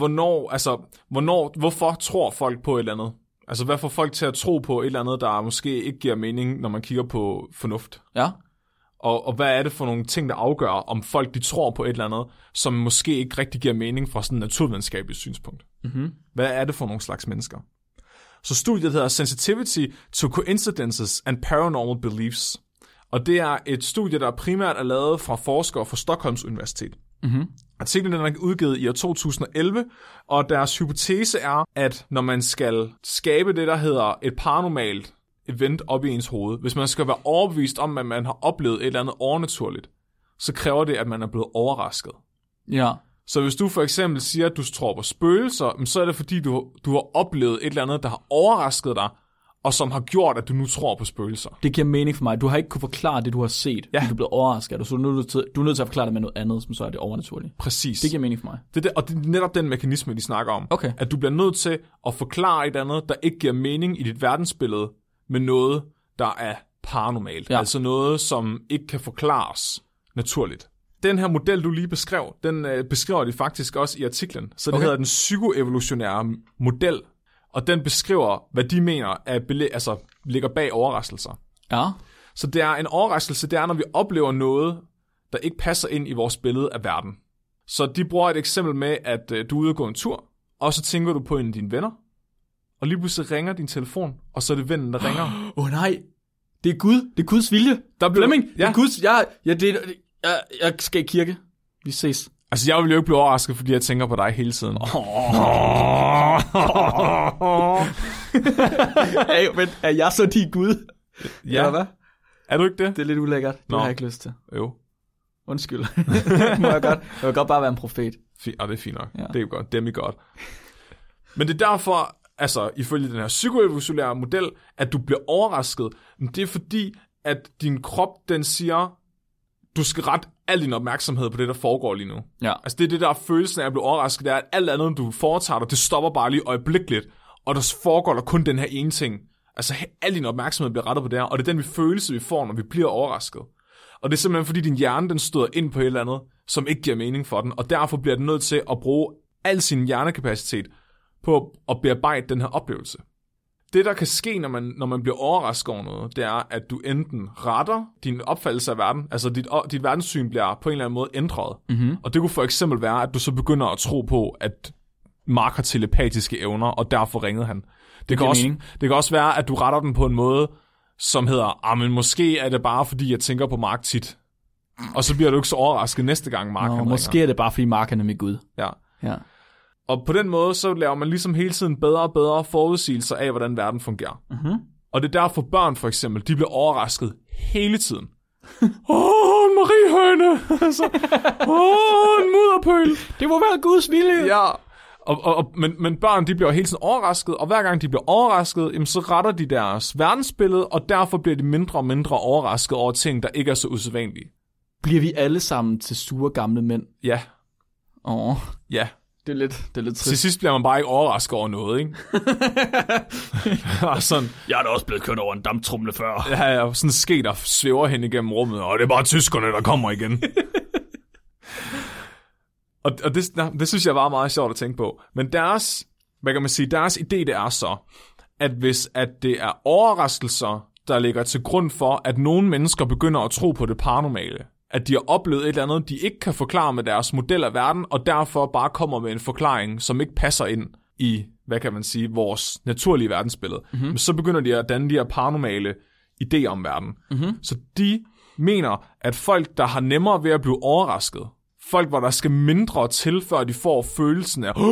hvorfor tror folk på et eller andet? Altså, hvad får folk til at tro på et eller andet, der måske ikke giver mening, når man kigger på fornuft? Ja. Og hvad er det for nogle ting, der afgør, om folk de tror på et eller andet, som måske ikke rigtig giver mening fra sådan et naturvidenskabeligt synspunkt? Hvad er det for nogle slags mennesker? Så studiet hedder Sensitivity to Coincidences and Paranormal Beliefs. Og det er et studie, der primært er lavet fra forskere fra Stockholms Universitet. Artiklen er udgivet i år 2011, og deres hypotese er, at når man skal skabe det, der hedder et paranormalt event op i ens hoved, hvis man skal være overbevist om, at man har oplevet et eller andet overnaturligt, så kræver det, at man er blevet overrasket. Ja. Så hvis du for eksempel siger, at du tror på spøgelser, så er det fordi, du har oplevet et eller andet, der har overrasket dig, og som har gjort, at du nu tror på spøgelser. Det giver mening for mig. Du har ikke kunne forklare det, du har set, fordi du er blevet overrasket, så du er nødt til at forklare det med noget andet, som så er det overnaturlige. Præcis. Det giver mening for mig. Og det er netop den mekanisme, de snakker om. Okay. At du bliver nødt til at forklare et andet, der ikke giver mening i dit verdensbillede, med noget, der er paranormalt. Ja. Altså noget, som ikke kan forklares naturligt. Den her model, du lige beskrev, den beskriver de faktisk også i artiklen. Så det hedder den psykoevolutionære model. Og den beskriver, hvad de mener ligger bag overraskelser. Ja. Så det er en overraskelse, det er, når vi oplever noget, der ikke passer ind i vores billede af verden. Så de bruger et eksempel med, at du er ude og gå en tur, og så tænker du på en af dine venner, og lige pludselig ringer din telefon, og så er det vennen, der ringer. Nej, det er Gud. Det er Guds vilje. Flemming, det er Guds... Jeg skal i kirke. Vi ses. Altså, jeg vil jo ikke blive overrasket, fordi jeg tænker på dig hele tiden. Hey, men er jeg så din Gud? Ja. Eller hvad? Er du ikke det? Det er lidt ulækkert. Det har jeg ikke lyst til. Jo. Undskyld. Jeg vil godt bare være en profet. Det er fint nok. Ja. Det er jo godt. Demigod. Men det er derfor, altså, ifølge den her psykoevolutionære model, at du bliver overrasket. Men det er fordi, at din krop, den siger, du skal rette al din opmærksomhed på det, der foregår lige nu. Ja. Altså det er det der følelsen af at blive overrasket, det er, at alt andet, du foretager dig, det stopper bare lige øjeblikkeligt, og der foregår der kun den her ene ting. Altså al din opmærksomhed bliver rettet på det her, og det er den følelse, vi får, når vi bliver overrasket. Og det er simpelthen fordi, din hjerne, den støder ind på et eller andet, som ikke giver mening for den, og derfor bliver den nødt til at bruge al sin hjernekapacitet på at bearbejde den her oplevelse. Det, der kan ske, når man bliver overrasket over noget, det er, at du enten retter din opfattelse af verden, altså dit verdenssyn bliver på en eller anden måde ændret. Mm-hmm. Og det kunne for eksempel være, at du så begynder at tro på, at Mark har telepatiske evner, og derfor ringede han. Det kan også være, at du retter den på en måde, som hedder, men måske er det bare, fordi jeg tænker på Mark tit. Og så bliver du ikke så overrasket næste gang, Mark han ringer. Måske er det bare, fordi Mark er nemlig Gud. Ja. Og på den måde, så laver man ligesom hele tiden bedre og bedre forudsigelser af, hvordan verden fungerer. Mm-hmm. Og det er derfor børn, for eksempel, de bliver overrasket hele tiden. En mariehøne! En mudderpøl! Det må være Guds vilje! Ja, men børn, de bliver hele tiden overrasket, og hver gang de bliver overrasket, jamen, så retter de deres verdensbillede, og derfor bliver de mindre og mindre overrasket over ting, der ikke er så usædvanlige. Bliver vi alle sammen til sure gamle mænd? Ja. Ja. Det er lidt trist. Til sidst bliver man bare ikke overrasket over noget, ikke? Sådan, jeg er da også blevet kørt over en damptrumle før. Ja, sådan en ske, der svæver hen igennem rummet, og det er bare tyskerne, der kommer igen. og det synes jeg var meget sjovt at tænke på. Men deres idé, det er så, at hvis at det er overraskelser, der ligger til grund for, at nogle mennesker begynder at tro på det paranormale, at de har oplevet et eller andet, de ikke kan forklare med deres model af verden, og derfor bare kommer med en forklaring, som ikke passer ind i, vores naturlige verdensbillede. Mm-hmm. Men så begynder de at danne de her paranormale idéer om verden. Mm-hmm. Så de mener, at folk, der har nemmere ved at blive overrasket, folk, hvor der skal mindre til, før de får følelsen af,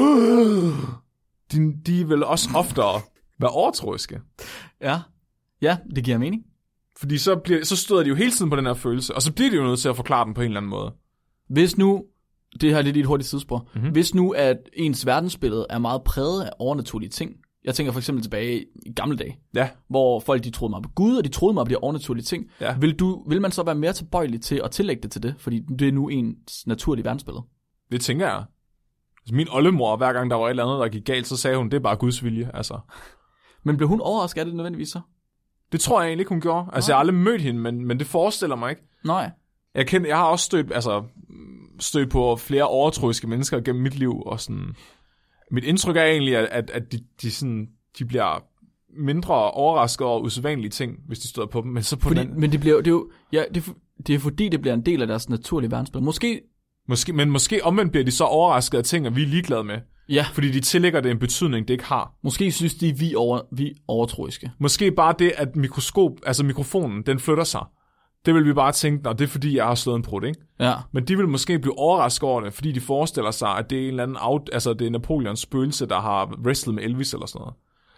de vil også oftere være overtroiske. Ja, det giver mening. Fordi så støder de jo hele tiden på den her følelse, og så bliver de jo nødt til at forklare den på en eller anden måde. Hvis nu, det her er lidt i et hurtigt tidsspor, hvis nu at ens verdensbillede er meget præget af overnaturlige ting, jeg tænker for eksempel tilbage i gamle dage, hvor folk de troede mig på Gud, og de troede mig på de overnaturlige ting, vil man så være mere tilbøjelig til at tillægge det til det, fordi det er nu ens naturlige verdensbillede? Det tænker jeg. Altså min oldemor, hver gang der var et eller andet, der gik galt, så sagde hun, det er bare Guds vilje. Altså. Men blev hun overrasket af det nødvendigvis så? Det tror jeg egentlig ikke, hun gjorde. Altså, jeg har aldrig mødt hende, men det forestiller mig ikke. Nej. Jeg har også stødt på flere overtroiske mennesker gennem mit liv, og sådan. Mit indtryk er egentlig, at de bliver mindre overrasket over usædvanlige ting, hvis de støder på dem. Men så på men det er fordi, det bliver en del af deres naturlige verdensbillede. Måske omvendt bliver de så overrasket af ting, at vi er ligeglade med. Ja. Fordi de tillægger det en betydning, det ikke har. Måske synes de, vi overtroiske. Måske bare det, at mikrofonen, den flytter sig. Det vil vi bare tænke, det er fordi, jeg har slået en prut, ikke? Ja. Men de vil måske blive overrasket over det, fordi de forestiller sig, at det er en eller anden det er Napoleons spøgelse, der har wrestlet med Elvis eller sådan noget.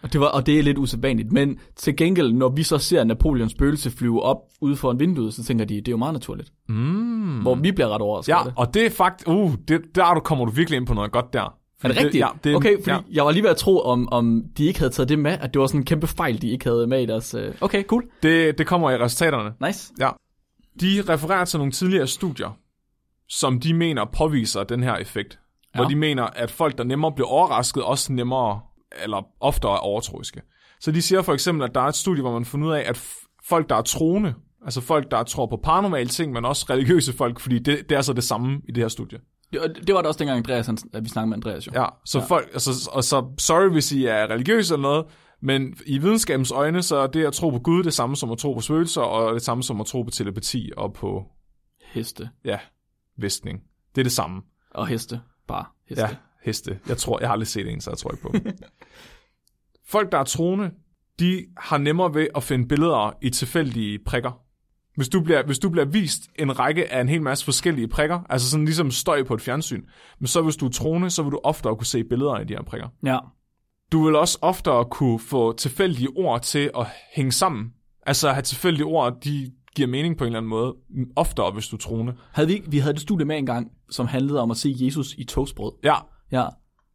Og det er lidt usædvanligt. Men til gengæld, når vi så ser Napoleons spøgelse flyve op ude for en vindue, så tænker de, det er jo meget naturligt. Hvor vi bliver ret overrasket. Ja, og det er faktisk... der kommer du virkelig ind på noget godt der. Er det rigtigt? Okay, fordi jeg var lige ved at tro, om de ikke havde taget det med, at det var sådan en kæmpe fejl, de ikke havde med i deres... Okay, cool. Det kommer i resultaterne. Nice. Ja. De refererer til nogle tidligere studier, som de mener påviser den her effekt. Ja. Hvor de mener, at folk, der nemmere bliver overrasket, også nemmere eller oftere er overtroiske. Så de siger for eksempel, at der er et studie, hvor man finder ud af, at folk, der er troende, altså folk, der tror på paranormale ting, men også religiøse folk, fordi det er så det samme i det her studie. Det var det også dengang, Andreas, at vi snakkede med Andreas jo. Ja, så folk, altså sorry hvis I er religiøse eller noget, men i videnskabens øjne, så er det at tro på Gud det samme som at tro på spøgelser, og det samme som at tro på telepati og på... Heste. Ja, visning. Det er det samme. Og heste. Bare heste. Ja, heste. Jeg har aldrig set en, så jeg tror ikke på. Folk, der er troende, de har nemmere ved at finde billeder i tilfældige prikker. Hvis du bliver vist en række af en hel masse forskellige prikker, altså sådan ligesom støj på et fjernsyn, men så hvis du er troende, så vil du oftere kunne se billeder af de her prikker. Ja. Du vil også oftere kunne få tilfældige ord til at hænge sammen. Altså at have tilfældige ord, de giver mening på en eller anden måde, oftere hvis du er troende. Vi havde det studie med engang, som handlede om at se Jesus i toastbrød. Ja. Ja.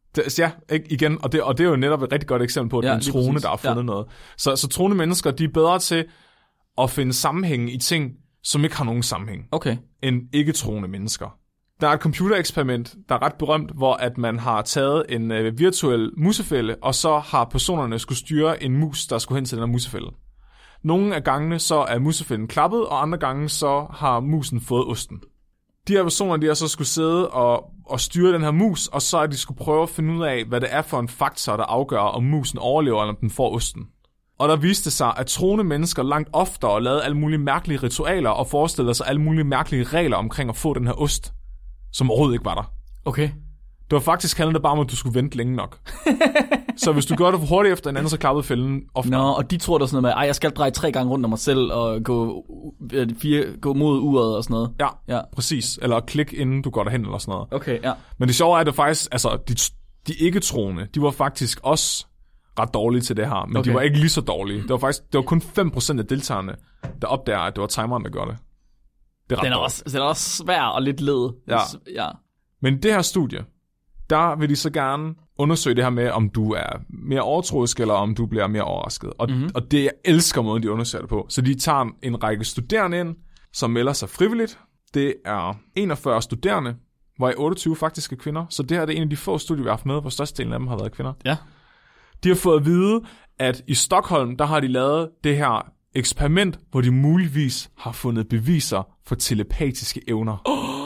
Igen, og det er jo netop et rigtig godt eksempel på, at det er en troende, der har fundet noget. Så troende mennesker, de er bedre til at finde sammenhæng i ting, som ikke har nogen sammenhæng, end ikke-troende mennesker. Der er et computereksperiment, der er ret berømt, hvor at man har taget en virtuel musefælde, og så har personerne skulle styre en mus, der skulle hen til den her musefælde. Nogle af gangene så er musefælden klappet, og andre gange så har musen fået osten. De her personer, de har så skulle sidde og styre den her mus, og så er de skulle prøve at finde ud af, hvad det er for en faktor, der afgør, om musen overlever, eller om den får osten. Og der viste sig, at troende mennesker langt oftere lavede alle mulige mærkelige ritualer, og forestillede sig alle mulige mærkelige regler omkring at få den her ost, som overhovedet ikke var der. Okay. Det var faktisk handlet bare om, at du skulle vente længe nok. Så hvis du gør det for hurtigt efter en anden, så klappede fælden ofte. Nå, og de tror der sådan noget med, jeg skal dreje 3 gange rundt om mig selv, og gå mod uret og sådan noget. Ja, præcis. Eller klik, inden du går derhen eller sådan noget. Okay, ja. Men det sjove er, at det faktisk, altså, de ikke-troende, de var faktisk også ret dårlige til det her, men de var ikke lige så dårlige. Det var kun 5% af deltagerne, der opdager, at det var timeren, der gjorde det. Det er den er også svær og lidt led. Ja. Men i det her studie, der vil de så gerne undersøge det her med, om du er mere overtroisk, eller om du bliver mere overrasket. Og det, jeg elsker måden, de undersøger det på. Så de tager en række studerende ind, som melder sig frivilligt. Det er 41 studerende, hvor 28 faktisk er kvinder. Så det her er en af de få studier, vi har haft med, hvor størstedelen af dem har været kvinder. Ja. De har fået at vide, at i Stockholm, der har de lavet det her eksperiment, hvor de muligvis har fundet beviser for telepatiske evner.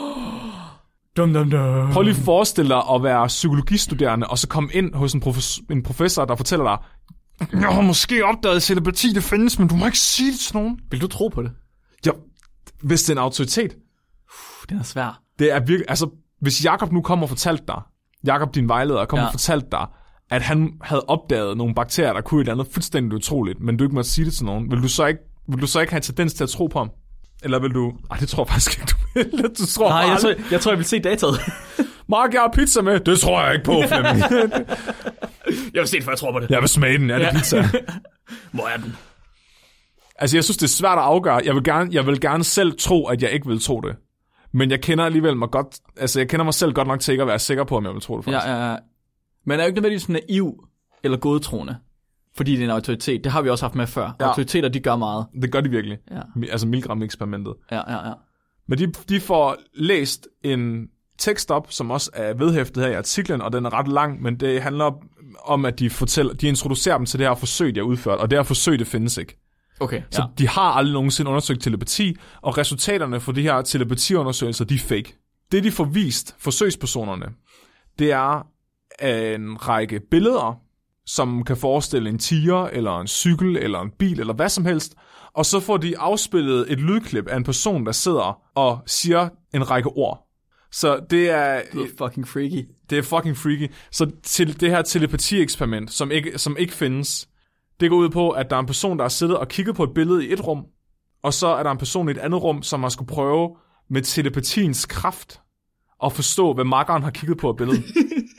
Prøv lige at forestille dig at være psykologistuderende, og så komme ind hos en professor, der fortæller dig, jeg har måske opdaget, at telepati det findes, men du må ikke sige det til nogen. Vil du tro på det? Ja, hvis det er en autoritet. Den er svær. Det er virkelig, altså, hvis Jakob nu kommer og fortalte dig, Jakob, din vejleder, kommer og fortalte dig, at han havde opdaget nogle bakterier, der kunne et eller andet fuldstændig utroligt, men du ikke måtte sige det til nogen, vil du så ikke have tendens til at tro på ham? Eller vil du... Ej, det tror jeg faktisk ikke, du vil. Du tror jeg tror, jeg vil se dataet. Mark, jeg har pizza med. Det tror jeg ikke på, Flemming. Jeg vil se det, for jeg tror på det. Jeg vil smage den. Ja, det er pizza. Hvor er den? Altså, jeg synes, det er svært at afgøre. Jeg vil gerne selv tro, at jeg ikke vil tro det. Men jeg kender alligevel mig godt... Altså, jeg kender mig selv godt nok til ikke at være sikker på, om jeg vil tro det faktisk. Ja. Men er jo ikke nødvendigvis naiv eller godtroende. Fordi det er en autoritet. Det har vi også haft med før. Ja. Autoriteter, de gør meget. Det gør de virkelig. Ja. Altså Milgram-eksperimentet. Ja. Men de får læst en tekst op, som også er vedhæftet her i artiklen, og den er ret lang, men det handler om, at de introducerer dem til det her forsøg, de har udført, og det her forsøg, det findes ikke. Okay, Så de har aldrig nogensinde undersøgt telepati, og resultaterne for de her telepatiundersøgelser, de er fake. Det, de får vist, forsøgspersonerne, det er en række billeder, som kan forestille en tiger, eller en cykel, eller en bil, eller hvad som helst. Og så får de afspillet et lydklip af en person, der sidder og siger en række ord. Så det er... Det er fucking freaky. Det er fucking freaky. Så til det her telepati-eksperiment, som ikke findes, det går ud på, at der er en person, der har siddet og kigget på et billede i et rum, og så er der en person i et andet rum, som har skulle prøve med telepatiens kraft at forstå, hvad makkeren har kigget på et billede.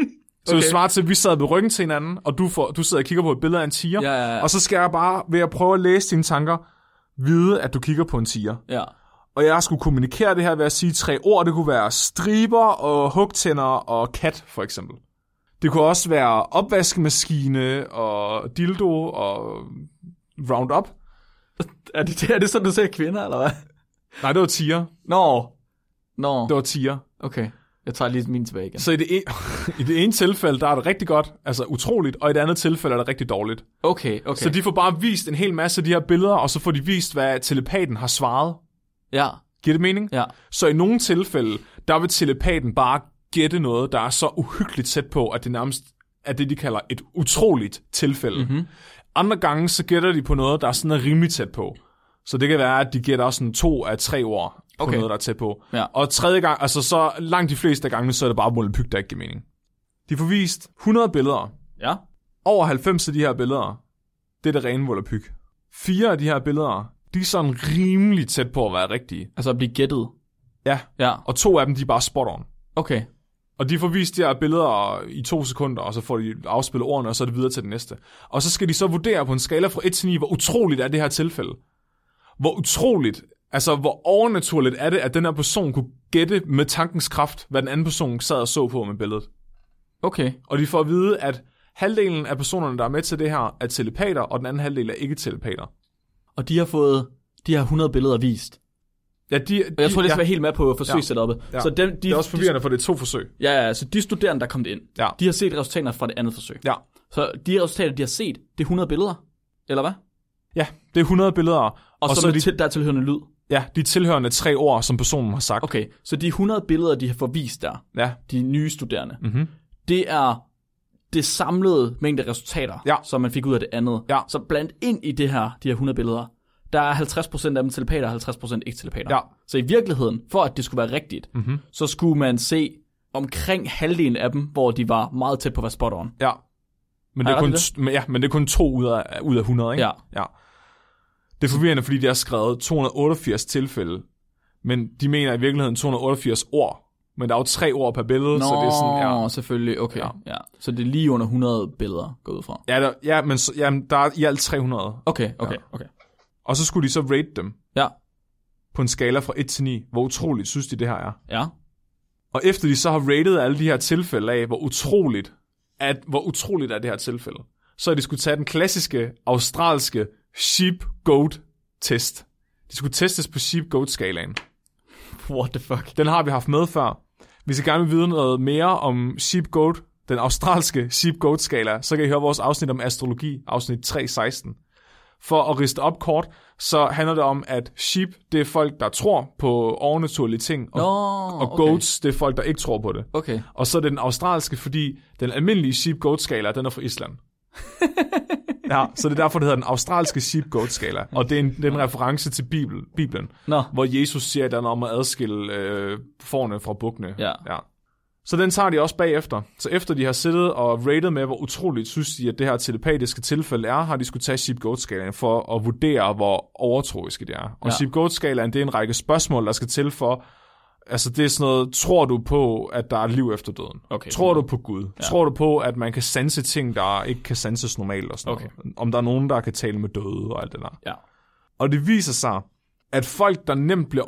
Så det svarer til, at vi sad ved ryggen til hinanden, og du sidder og kigger på et billede af en tiger, Ja. og så skal jeg bare, ved at prøve at læse dine tanker, vide, at du kigger på en tiger. Ja. Og jeg skulle kommunikere det her ved at sige 3 ord. Det kunne være striber og hugtænder og kat, for eksempel. Det kunne også være opvaskemaskine og dildo og Roundup. Er det sådan, du ser kvinder, eller hvad? Nej, det var tiger. Nå. Det var tiger. Okay, jeg tager lige min tilbage igen. Så i det ene tilfælde, der er det rigtig godt, altså utroligt, og i det andet tilfælde er det rigtig dårligt. Okay. Så de får bare vist en hel masse af de her billeder, og så får de vist, hvad telepaten har svaret. Ja. Giver det mening? Ja. Så i nogle tilfælde, der vil telepaten bare gætte noget, der er så uhyggeligt tæt på, at det nærmest er det, de kalder et utroligt tilfælde. Mm-hmm. Andre gange, så gætter de på noget, der er sådan rimelig tæt på. Så det kan være, at de gætter sådan 2 af 3 ord på noget, der er tæt på. Ja. Og tredje gang, altså så langt de fleste af gangene, så er det bare volapyk, der ikke giver mening. De får vist 100 billeder. Ja. Over 90 af de her billeder, det er det rene volapyk. 4 af de her billeder, de er sådan rimelig tæt på at være rigtige. Altså at blive gættet? Ja. Og 2 af dem, de er bare spot on. Okay. Og de får vist de her billeder i 2 sekunder, og så får de afspillet ordene, og så er det videre til det næste. Og så skal de så vurdere på en skala fra 1 til 9, hvor utroligt er det her tilfælde. Hvor utroligt, altså hvor overnaturligt er det, at den her person kunne gætte med tankens kraft, hvad den anden person sad og så på med billedet. Okay. Og de får at vide, at halvdelen af personerne, der er med til det her, er telepater, og den anden halvdel er ikke telepater. Og de har fået de her 100 billeder vist. Ja, jeg tror, det skal være helt med på forsøgssetuppet. Ja. Så det er også forvirrende, for det er 2 forsøg. Ja, så de studerende, der er kommet ind, de har set resultaterne fra det andet forsøg. Ja. Så de resultater, de har set, det er 100 billeder, eller hvad? Ja, det er 100 billeder. Og så er der tilhørende lyd. Ja, de tilhørende 3 ord, som personen har sagt. Okay, så de 100 billeder, de har fået vist der, de nye studerende, det er det samlede mængde resultater, som man fik ud af det andet. Ja. Så blandt ind i de her 100 billeder, der er 50% af dem telepater, og 50% ikke telepater. Ja. Så i virkeligheden, for at det skulle være rigtigt, så skulle man se omkring halvdelen af dem, hvor de var meget tæt på at være spot on. Ja. Men det er kun 2 ud af 100, ikke? Ja. Det er forvirrende, fordi de har skrevet 288 tilfælde, men de mener i virkeligheden 288 ord. Men der er jo 3 ord per billede, så det er sådan... Ja, selvfølgelig, okay. Ja. Så det er lige under 100 billeder, går ud fra. Men der er i alt 300. Okay. Og så skulle de så rate dem. Ja. På en skala fra 1 til 9. Hvor utroligt synes de, det her er. Ja. Og efter de så har rated alle de her tilfælde af, hvor utroligt er det her tilfælde, så har de skulle tage den klassiske australske sheep-goat-test. De skulle testes på sheep-goat-skalaen. What the fuck? Den har vi haft med før. Hvis I gerne vil vide noget mere om sheep-goat, den australske sheep-goat-skala, så kan I høre vores afsnit om astrologi, afsnit 316. For at riste op kort, så handler det om, at sheep, det er folk, der tror på overnaturlige ting, og goats, det er folk, der ikke tror på det. Okay. Og så er det den australske, fordi den almindelige sheep-goat-skala, den er fra Island. Ja, så det er derfor, det hedder den australske sheep-goat-skala. Og det er en reference til Bibelen, hvor Jesus siger, at der er noget om at adskille fårene fra bukkene. Ja. Så den tager de også bagefter. Så efter de har siddet og rated med, hvor utroligt synes de, at det her telepatiske tilfælde er, har de skulle tage sheep-goat-skalaen for at vurdere, hvor overtroiske det er. Og sheep-goat-skalaen, det er en række spørgsmål, der skal til for... Altså det er sådan noget, tror du på, at der er liv efter døden? Okay, tror du på Gud? Ja. Tror du på, at man kan sanse ting, der ikke kan sanses normalt og sådan noget? Om der er nogen, der kan tale med døde og alt det der. Ja. Og det viser sig, at folk, der nemt bliver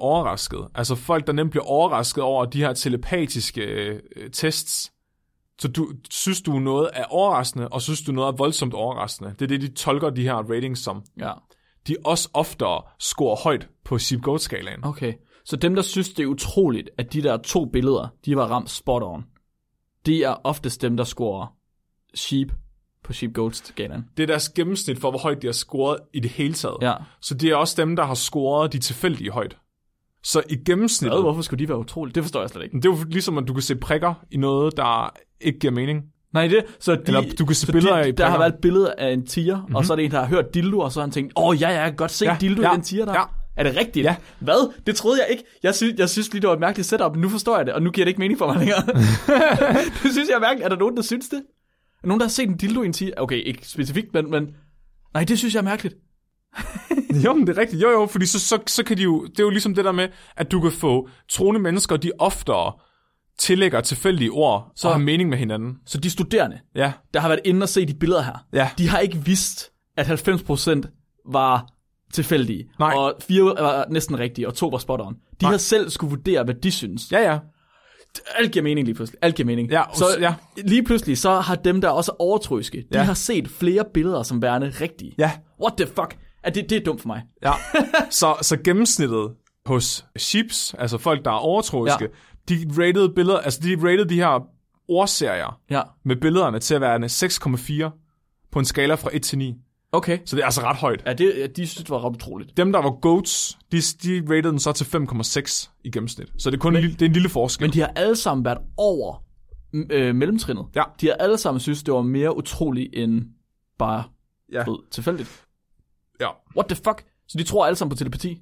overrasket, over de her telepatiske tests, så synes du noget er overraskende, og synes du noget er voldsomt overraskende. Det er det, de tolker de her ratings som. Ja. De også oftere scorer højt på sheep-goat-skalaen. Okay. Så dem, der synes, det er utroligt, at de der 2 billeder, de var ramt spot on, de er oftest dem, der scorer sheep på sheep-goat-skalaen. Det er deres gennemsnit for, hvor højt de har scoret i det hele taget. Ja. Så det er også dem, der har scoret de tilfældige højt. Så i gennemsnittet... Hvorfor skulle de være utroligt? Det forstår jeg slet ikke. Det er jo ligesom, at du kan se prikker i noget, der ikke giver mening. Nej, det så eller du kan se billeder af der har været et billede af en tiger, og så er det en, der har hørt dildo, og så har han tænkt, jeg kan godt se dildo i den tiger der. Ja. Er det rigtigt? Ja. Hvad? Det troede jeg ikke. Jeg synes lige, det var et mærkeligt setup, nu forstår jeg det, og nu giver det ikke mening for mig længere. Det synes jeg er mærkeligt. Er der nogen, der synes det? Er nogen, der har set en dildo i en tiger? Okay, ikke specifikt, men... Nej, det synes jeg er mærkeligt. Jo, men det er rigtigt. Jo, fordi så kan de jo... Det er jo ligesom det der med, at du kan få troende mennesker, de oftere tillægger tilfældige ord, så har mening med hinanden. Så de studerende, ja, der har været inde og se de billeder her, ja, de har ikke vidst, at 90% var tilfældige, Nej. og 4 var næsten rigtige, og 2 var spot on. De har selv skulle vurdere, hvad de synes. Ja, ja. Alt giver mening lige pludselig. Alt giver mening. Ja, så ja. Lige pludselig, så har dem, der også er overtroiske, de har set flere billeder som værende rigtige. Ja. What the fuck? Det er dumt for mig. Ja. Så gennemsnittet hos sheeps, altså folk, der er overtroiske, de ratede de her ordserier med billederne til at være 6,4 på en skala fra 1 til 9. Okay. Så det er altså ret højt. Ja, de synes, det var ret utroligt. Dem, der var goats, de ratede den så til 5,6 i gennemsnit. Så det er det er en lille forskel. Men de har alle sammen været over mellemtrinnet. Ja. De har alle sammen synes, det var mere utroligt end bare tilfældigt. Ja. What the fuck? Så de tror alle sammen på telepati?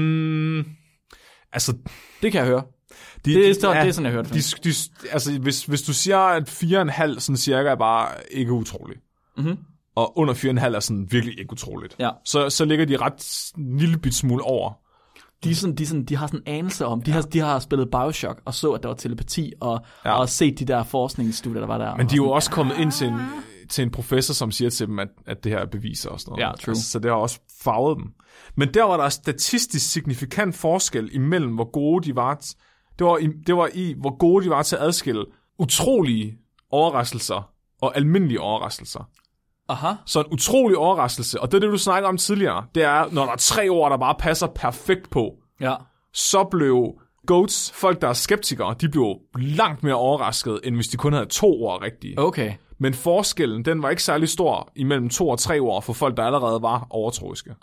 Altså... Det kan jeg høre. Det er sådan, jeg hørte det. Altså, hvis du siger, at 4,5 sådan cirka er bare ikke utroligt. Mhm. Og under 4,5 er sådan virkelig ikke utroligt. Ja. Så ligger de ret en lille bit smule over. De har sådan en anelse om, de har spillet Bioshock og så, at der var telepati, og set de der forskningsstudier, der var der. Men de er jo også kommet ind til en professor, som siger til dem, at det her er beviser og sådan noget. Ja, true. Altså, så det har også farvet dem. Men der var der statistisk signifikant forskel imellem, hvor gode de var. Det var i, hvor gode de var til at adskille utrolige overraskelser og almindelige overraskelser. Aha. Så en utrolig overraskelse, og det er det, du snakker om tidligere, det er, når der er 3 ord, der bare passer perfekt på, så blev goats, folk der er skeptikere, de blev langt mere overrasket, end hvis de kun havde 2 ord rigtige. Okay. Men forskellen, den var ikke særlig stor imellem 2 og 3 ord for folk, der allerede var overtroiske.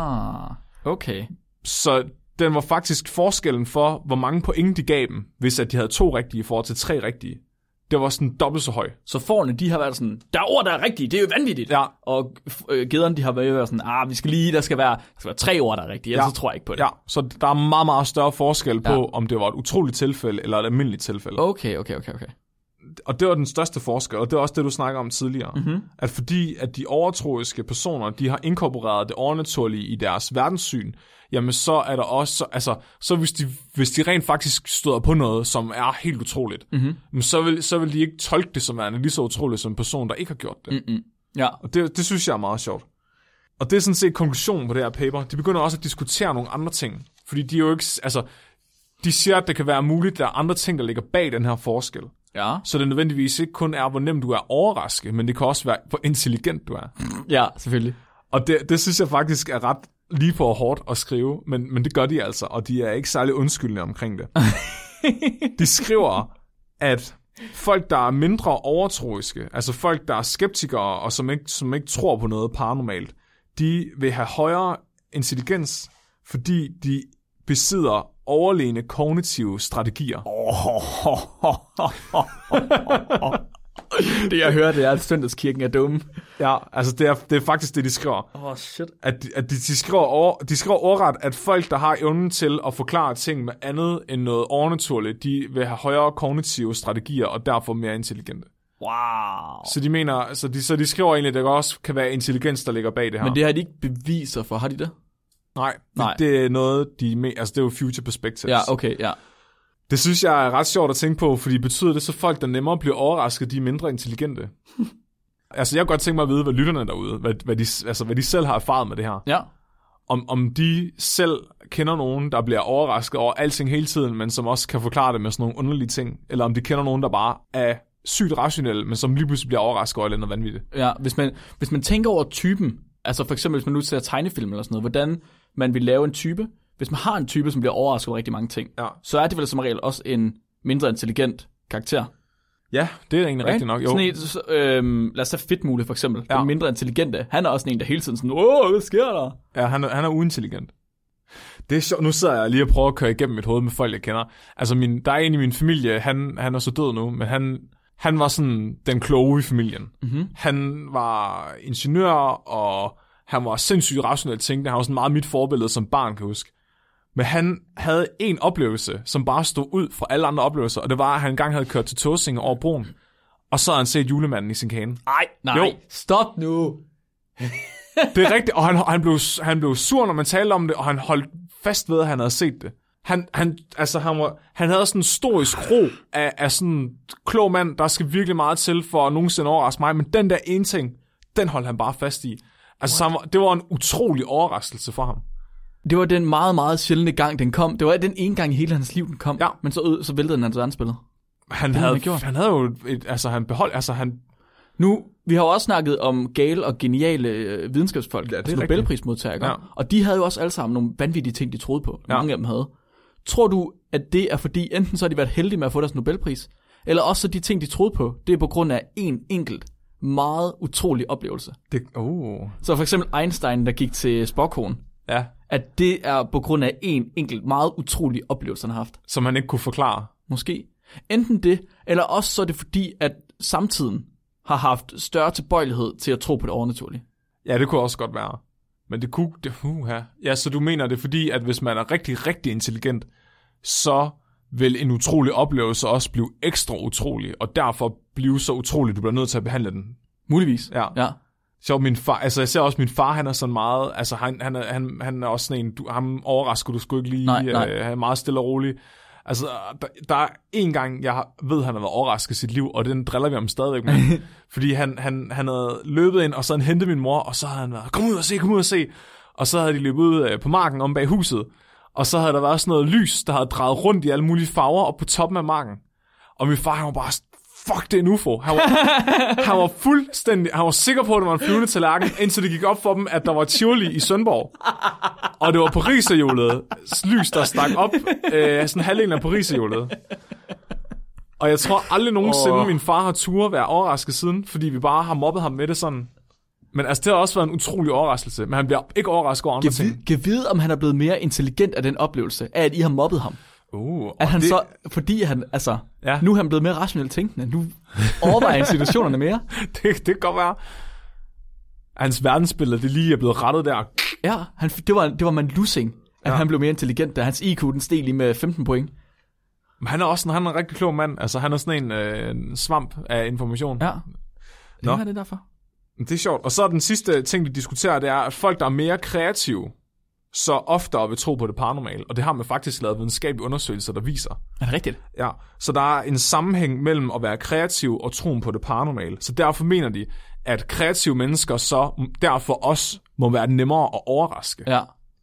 Okay. Så den var faktisk forskellen for, hvor mange point de gav dem, hvis at de havde 2 rigtige i forhold til 3 rigtige. Det var sådan dobbelt så høj. Så forne, de har været sådan, der er ord, der er rigtige, det er jo vanvittigt. Ja. Og gederne, de har været sådan, vi skal lige, der skal være 3 ord, der er rigtige, ellers så tror jeg ikke på det. Ja, så der er meget, meget større forskel på, om det var et utroligt tilfælde, eller et almindeligt tilfælde. Okay. Og det var den største forskel, og det er også det, du snakker om tidligere. Mm-hmm. At fordi, at de overtroiske personer, de har inkorporeret det overnaturlige i deres verdenssyn, jamen så er der også, altså, så hvis de rent faktisk støder på noget, som er helt utroligt, så vil de ikke tolke det som værende lige så utroligt som en person, der ikke har gjort det. Ja. Og det synes jeg er meget sjovt. Og det er sådan set konklusionen på det her paper. De begynder også at diskutere nogle andre ting, fordi de jo ikke, altså, de siger, at det kan være muligt, at der er andre ting, der ligger bag den her forskel. Ja. Så det nødvendigvis ikke kun er, hvor nemt du er overrasket, men det kan også være, hvor intelligent du er. Ja, selvfølgelig. Og det synes jeg faktisk er ret lige på hårdt at skrive, men det gør de altså, og de er ikke særlig undskyldende omkring det. De skriver, at folk, der er mindre overtroiske, altså folk, der er skeptikere, og som ikke tror på noget paranormalt, de vil have højere intelligens, fordi de besidder overlegne kognitive strategier. Det jeg hører, det er, at søndagskirken er dumme. Ja, altså det er faktisk det, de skriver. Shit. At de skriver ordret, at folk, der har evnen til at forklare ting med andet end noget overnaturligt, de vil have højere kognitive strategier, og derfor mere intelligente. Wow. Så de mener, så de skriver egentlig, at der også kan være intelligens, der ligger bag det her. Men det har de ikke beviser for, har de det? Nej. Det er noget, altså det er jo future perspectives. Ja, okay, ja. Det synes jeg er ret sjovt at tænke på, fordi betyder det så folk, der nemmere bliver overrasket, de er mindre intelligente? Altså, jeg kunne godt tænke mig at vide, hvad lytterne derude, hvad de selv har erfaret med det her. Ja. Om de selv kender nogen, der bliver overrasket over alting hele tiden, men som også kan forklare det med sådan nogle underlige ting, eller om de kender nogen, der bare er sygt rationelle, men som lige pludselig bliver overrasket over noget vanvittigt. Ja, hvis man tænker over typen, altså for eksempel hvis man nu ser tegnefilm eller sådan noget, hvordan man vil lave en type. Hvis man har en type, som bliver overrasket over rigtig mange ting, så er det vel som regel også en mindre intelligent karakter. Ja, det er egentlig rigtigt nok. Jo. Lad os tage Fedtmule for eksempel. Ja. Den mindre intelligente. Han er også en, der hele tiden sådan, hvad sker der? Ja, han er uintelligent. Det er sjovt. Nu sidder jeg lige og prøver at køre igennem mit hoved med folk, jeg kender. Altså, der er en i min familie, han er så død nu, men han var sådan den kloge i familien. Mm-hmm. Han var ingeniør, og han var sindssygt rationelt tænkende. Han var sådan meget mit forbillede som barn, kan jeg huske. Men han havde en oplevelse, som bare stod ud fra alle andre oplevelser, og det var, at han engang havde kørt til Tåsinge over broen, og så havde han set julemanden i sin kane. Nej, stop nu! Det er rigtigt, og han blev sur, når man talte om det, og han holdt fast ved, at han havde set det. Han havde sådan en storisk ro af sådan en klog mand, der skal virkelig meget til for at nogensinde overraske mig, men den der ene ting, den holdt han bare fast i. Altså, det var en utrolig overraskelse for ham. Det var den meget, meget sjældne gang, den kom. Det var den ene gang i hele hans liv, den kom. Ja. Men så væltede den hans verdensbillede. Han havde jo han beholdt, Nu, vi har jo også snakket om gale og geniale videnskabsfolk, altså Nobelprismodtagere, og de havde jo også alle sammen nogle vanvittige ting, de troede på. Mange af dem havde. Tror du, at det er fordi, enten så har de været heldige med at få deres Nobelpris, eller også så de ting, de troede på, det er på grund af en enkelt, meget utrolig oplevelse? Så for eksempel Einstein, der gik til Spokkhorn, at det er på grund af en enkelt, meget utrolig oplevelse, han har haft. Som han ikke kunne forklare. Måske. Enten det, eller også så er det fordi, at samtiden har haft større tilbøjelighed til at tro på det overnaturlige. Ja, det kunne også godt være. Men det kunne... Ja, så du mener det fordi, at hvis man er rigtig, rigtig intelligent, så vil en utrolig oplevelse også blive ekstra utrolig, og derfor blive så utrolig, du bliver nødt til at behandle den. Muligvis. Ja. Så min far, altså jeg ser også min far, han er sådan meget, altså han er også sådan en, ham overrasker du sgu ikke lige, nej. Han er meget stille og rolig. Altså, der er en gang, jeg ved, han har været overrasket i sit liv, og den driller vi ham stadigvæk med. Fordi han havde løbet ind, og så han hentede min mor, og så havde han været, kom ud og se. Og så havde de løbet ud på marken om bag huset, og så havde der været sådan noget lys, der havde drejet rundt i alle mulige farver op på toppen af marken. Og min far, han var bare, fuck, det er en UFO. Han var sikker på, at det var en flyvende tallerken, indtil det gik op for dem, at der var Tivoli i Sønderborg. Og det var pariserhjulet lys, der stak op, sådan halvdelen af pariserhjulet. Og jeg tror aldrig nogensinde, min far har turde være overrasket siden, fordi vi bare har mobbet ham med det sådan. Men altså, det har også været en utrolig overraskelse, men han bliver ikke overrasket over andre ting. Kan vide, om han er blevet mere intelligent af den oplevelse, af at I har mobbet ham. At han så, fordi han, altså, nu er han blevet mere rationelt tænkende. Nu overvejer han situationerne mere. det kan godt være. Hans verdensbillede, det lige er blevet rettet der. Ja, det var man losing, at han blev mere intelligent, da hans IQ, den steg lige med 15 point. Men han er en rigtig klog mand. Altså, han er sådan en svamp af information. Ja, det er det derfor. Det er sjovt. Og så den sidste ting, vi diskuterer, det er, at folk, der er mere kreative, så oftere vil tro på det paranormale. Og det har man faktisk lavet videnskabelige undersøgelser, der viser. Er det rigtigt? Ja, så der er en sammenhæng mellem at være kreativ og troen på det paranormale. Så derfor mener de, at kreative mennesker så derfor også må være nemmere at overraske. Ja.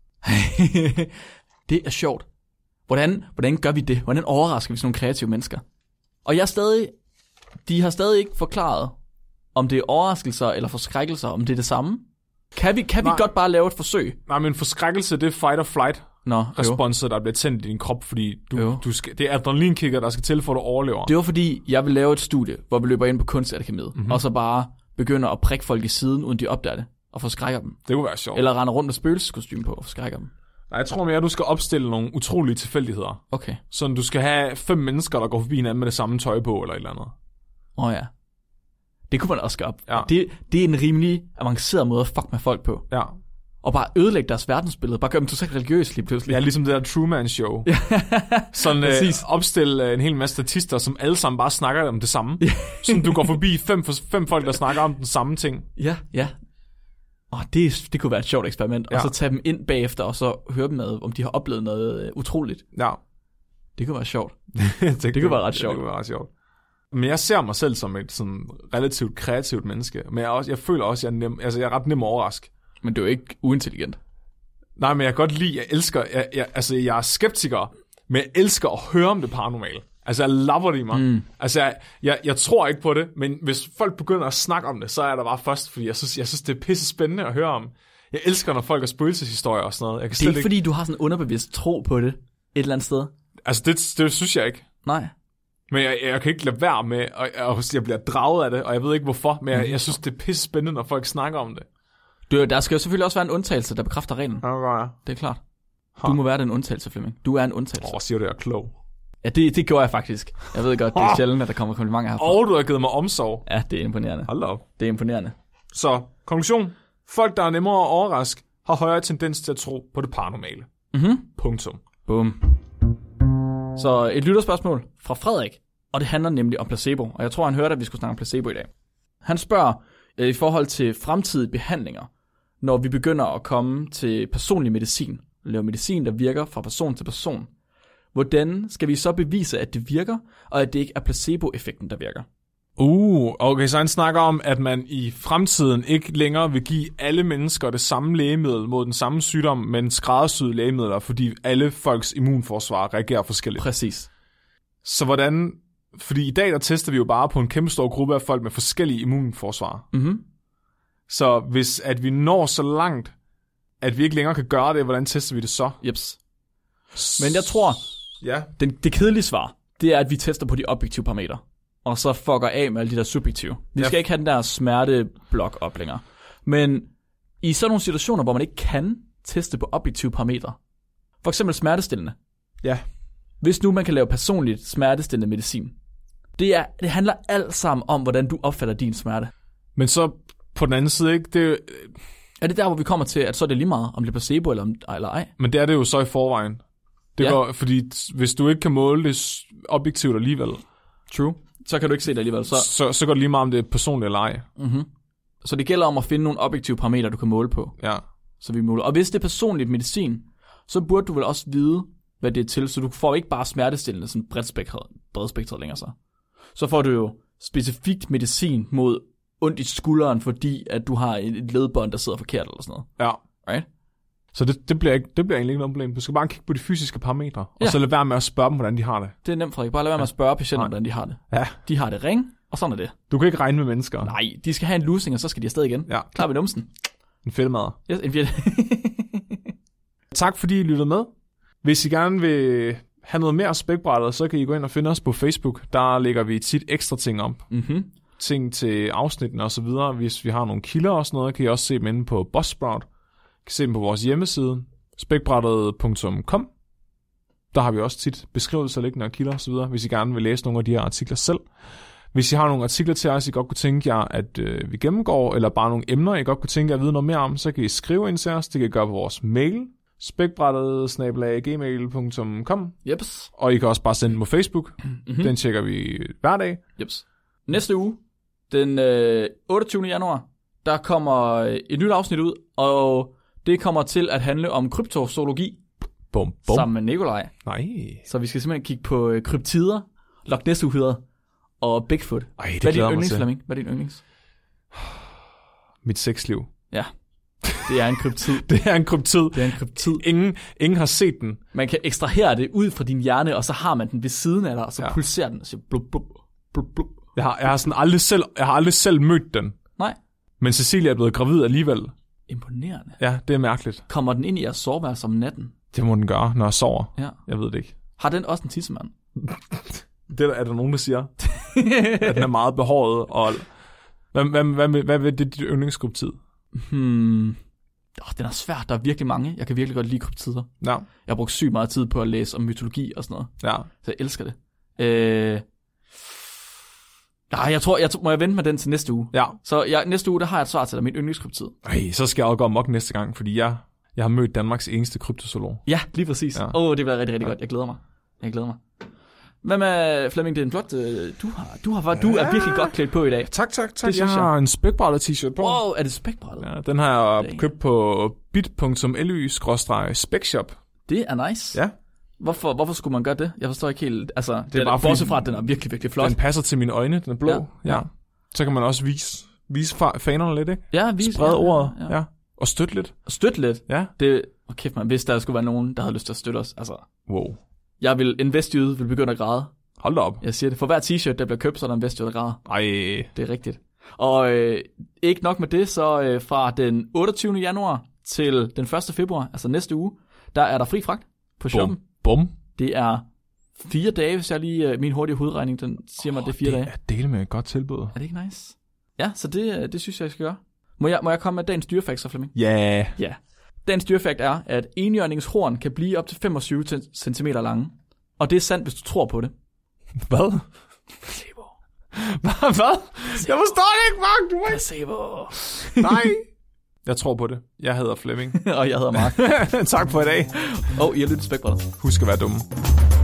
Det er sjovt. Hvordan gør vi det? Hvordan overrasker vi sådan nogle kreative mennesker? Og de har stadig ikke forklaret, om det er overraskelser eller forskrækkelser, om det er det samme. Kan vi godt bare lave et forsøg? Nej, men forskrækkelse, det er fight or flight responser, der bliver tændt i din krop, fordi det er adrenalinkicker, der skal til, for at du overlever. Det var fordi, jeg vil lave et studie, hvor vi løber ind på Kunstakademiet, og så bare begynder at prikke folk i siden, uden de opdager det, og forskrækker dem. Det kunne være sjovt. Eller rende rundt med spøgelseskostyme på og forskrækker dem. Nej, jeg tror mere, at du skal opstille nogle utrolige tilfældigheder. Okay. Så du skal have 5 mennesker, der går forbi hinanden med det samme tøj på, eller et eller andet. Ja. Det kunne man også gøre. Ja. Det er en rimelig avanceret måde at fuck med folk på. Ja. Og bare ødelægge deres verdensbillede. Bare gøre dem totalt religiøse lige pludselig. Ja, ligesom det der Truman Show. Sådan opstille en hel masse statister, som alle sammen bare snakker om det samme. Sådan du går forbi 5 folk, der snakker om den samme ting. Ja. Det kunne være et sjovt eksperiment. Og så tage dem ind bagefter, og så høre dem med, om de har oplevet noget utroligt. Ja. Det kunne være sjovt. det kunne være ret sjovt. Det kunne være ret sjovt. Men jeg ser mig selv som et sådan relativt kreativt menneske. Men jeg føler også, at jeg er ret nem at overraske. Men du er jo ikke uintelligent. Nej, men jeg kan godt lide, jeg er skeptiker, men jeg elsker at høre om det paranormale. Altså, jeg lapper det i mig. Altså, jeg tror ikke på det, men hvis folk begynder at snakke om det, så er jeg der bare først, fordi jeg synes det er pisse spændende at høre om. Jeg elsker, når folk har spøgelseshistorier og sådan noget. Det er ikke fordi, du har sådan en underbevidst tro på det, et eller andet sted? Altså, det synes jeg ikke. Nej. Men jeg kan ikke lade være med, og jeg bliver draget af det, og jeg ved ikke hvorfor, men jeg synes, det er pisse spændende, når folk snakker om det. Der skal jo selvfølgelig også være en undtagelse, der bekræfter reglen. Ja. Det er klart. Du må være den undtagelse, Flemming. Du er en undtagelse. Siger du, jeg er klog? Ja, det gjorde jeg faktisk. Jeg ved godt, det er sjældent, at der kommer komplimenter herfra. Og du har givet mig omsorg. Ja, det er imponerende. Hold op. Det er imponerende. Så, konklusion. Folk, der er nemmere at overraske, har højere tendens til at tro på det paranormale. Punktum. Boom. Så et lytterspørgsmål fra Frederik. Og det handler nemlig om placebo. Og jeg tror, han hørte, at vi skulle snakke om placebo i dag. Han spørger i forhold til fremtidige behandlinger, når vi begynder at komme til personlig medicin. Lave medicin, der virker fra person til person. hvordan skal vi så bevise, at det virker, og at det ikke er placeboeffekten, der virker? Okay, så han snakker om, at man i fremtiden ikke længere vil give alle mennesker det samme lægemiddel mod den samme sygdom, men skræddersyede lægemidler, fordi alle folks immunforsvar reagerer forskelligt. Præcis. Så hvordan... Fordi i dag, der tester vi jo bare på en kæmpe stor gruppe af folk med forskellige immunforsvar. Mm-hmm. Så hvis at vi når så langt, at vi ikke længere kan gøre det, hvordan tester vi det så? Jeps. Men jeg tror, det kedelige svar, det er, at vi tester på de objektive parametre, og så fucker af med alle de der subjektive. Vi skal ikke have den der smerteblok op længere. Men i sådan nogle situationer, hvor man ikke kan teste på objektive parametre, for eksempel smertestillende. Ja. Hvis nu man kan lave personligt smertestillende medicin, det handler alt sammen om, hvordan du opfatter din smerte. Men så på den anden side, ikke? Det... Er det der, hvor vi kommer til, at så er det lige meget, om det er placebo eller ej? Men det er det jo så i forvejen. Det går, fordi hvis du ikke kan måle det objektivt alligevel... True. Så kan du ikke se det alligevel. Så går det lige meget, om det er personligt eller ej. Mm-hmm. Så det gælder om at finde nogle objektive parametre, du kan måle på. Ja. Så vi måler. Og hvis det er personligt medicin, så burde du vel også vide, hvad det er til. Så du får ikke bare smertestillende, sådan bredspektret længere så. Så får du jo specifikt medicin mod ondt i skulderen, fordi at du har et ledbånd, der sidder forkert eller sådan noget. Ja. Right? Så det bliver egentlig ikke noget problem. Du skal bare kigge på de fysiske parametre, og så lade være med at spørge dem, hvordan de har det. Det er nemt, Frederik. Bare lade være med at spørge patienter, hvordan de har det. Ja. De har det ring, og sådan er det. Du kan ikke regne med mennesker. Nej, de skal have en losing, og så skal de afsted igen. Ja. Klar ved numsen. En fedtemad. Yes, en fedt. Tak fordi I lyttede med. Hvis I gerne vil have noget mere spækbrættet, så kan I gå ind og finde os på Facebook. Der lægger vi tit ekstra ting op. Mm-hmm. Ting til afsnittene og så videre. Hvis vi har nogle kilder og sådan noget, kan I også se dem inde på Buzzsprout. I kan se dem på vores hjemmeside, spækbrættet.com. Der har vi også tit beskrivelser, liggende og kilder og så videre, hvis I gerne vil læse nogle af de her artikler selv. Hvis I har nogle artikler til os, I godt kunne tænke jer, at vi gennemgår, eller bare nogle emner, I godt kunne tænke jer at vide noget mere om, så kan I skrive ind til os. Det kan I gøre på vores mail, spækbrættet@gmail.com. Jeps. Og I kan også bare sende den på Facebook. Mm-hmm. Den tjekker vi hver dag. Jeps. Næste uge, den 28. januar, der kommer et nyt afsnit ud, og det kommer til at handle om kryptozoologi. Bum, bum. Sammen med Nikolaj. Nej. Så vi skal simpelthen kigge på kryptider, Loch Ness-uhyder og Bigfoot. Ej, det hvad er din yndlings, Flemming? Hvad er din yndlings? Mit sexliv. Ja, det er en kryptid. Det er en kryptid. Det er en kryptid. Ingen har set den. Man kan ekstrahere det ud fra din hjerne, og så har man den ved siden af dig, og så pulserer den og siger blub, blub, blub, blub. Jeg har aldrig selv mødt den. Nej. Men Cecilia er blevet gravid alligevel. Imponerende. Ja, det er mærkeligt. Kommer den ind i jeres soveværelse om natten? Det må den gøre, når jeg sover. Ja. Jeg ved det ikke. Har den også en tissemand? Det er der nogen, der siger. At den er meget behåret. Og... Hvad vil det dit yndlingskryptid? Den er svært. Der er virkelig mange. Jeg kan virkelig godt lide kryptider. Ja. Jeg har brugt sygt meget tid på at læse om mytologi og sådan noget. Ja. Så jeg elsker det. Jeg tror, må jeg vente med den til næste uge? Ja. Så næste uge, der har jeg et svar til dig, min yndlingskryptid. Så skal jeg også gå amok næste gang, fordi jeg har mødt Danmarks eneste kryptozoolog. Ja, lige præcis. Ja. Det bliver rigtig, rigtig godt. Jeg glæder mig. Hvad med, Flemming, det er en flot... Du er virkelig godt klædt på i dag. Tak. Jeg har en spækbrættet t-shirt på. Wow, er det spækbrættet? Ja, den har jeg købt på bit.ly/spækshop. Det er nice. Ja. Hvorfor skulle man gøre det? Jeg forstår ikke helt... Altså, det er bare bortset fra, at den er virkelig, virkelig flot. Den passer til mine øjne, den er blå. Ja. Så kan man også vise fanerne lidt, ikke? Ja, sprede ordet. Ja. Og støtte lidt. Ja. Det... Kæft man, hvis der skulle være nogen, der havde lyst til at støtte os. Altså... Wow. En vestjyde vil begynde at græde. Hold da op. Jeg siger det. For hver t-shirt, der bliver købt, så er der en vestjyde, der græder. Ej. Det er rigtigt. Og ikke nok med det, så fra den 28. januar til den 1. februar, altså næste uge, der er der fri fragt på shoppen. Bum. Det er 4 dage, hvis jeg lige... min hurtige hovedregning, den siger mig, det er 4 dage. Det er dele med et godt tilbud. Er det ikke nice? Ja, så det synes jeg skal gøre. Må jeg komme med dagens dyrefakt, så Flemming? Ja. Ja. Dagens dyrefakt er, at enhjørningens kan blive op til 25 cm lange. Og det er sandt, hvis du tror på det. Hvad? Placebo. Hvad? Jeg forstår det ikke, Mark. Du Placebo. Nej. Jeg tror på det. Jeg hedder Flemming. Og jeg hedder Mark. Tak for i dag. I har lyttet til Spækbrættet. Husk at være dumme.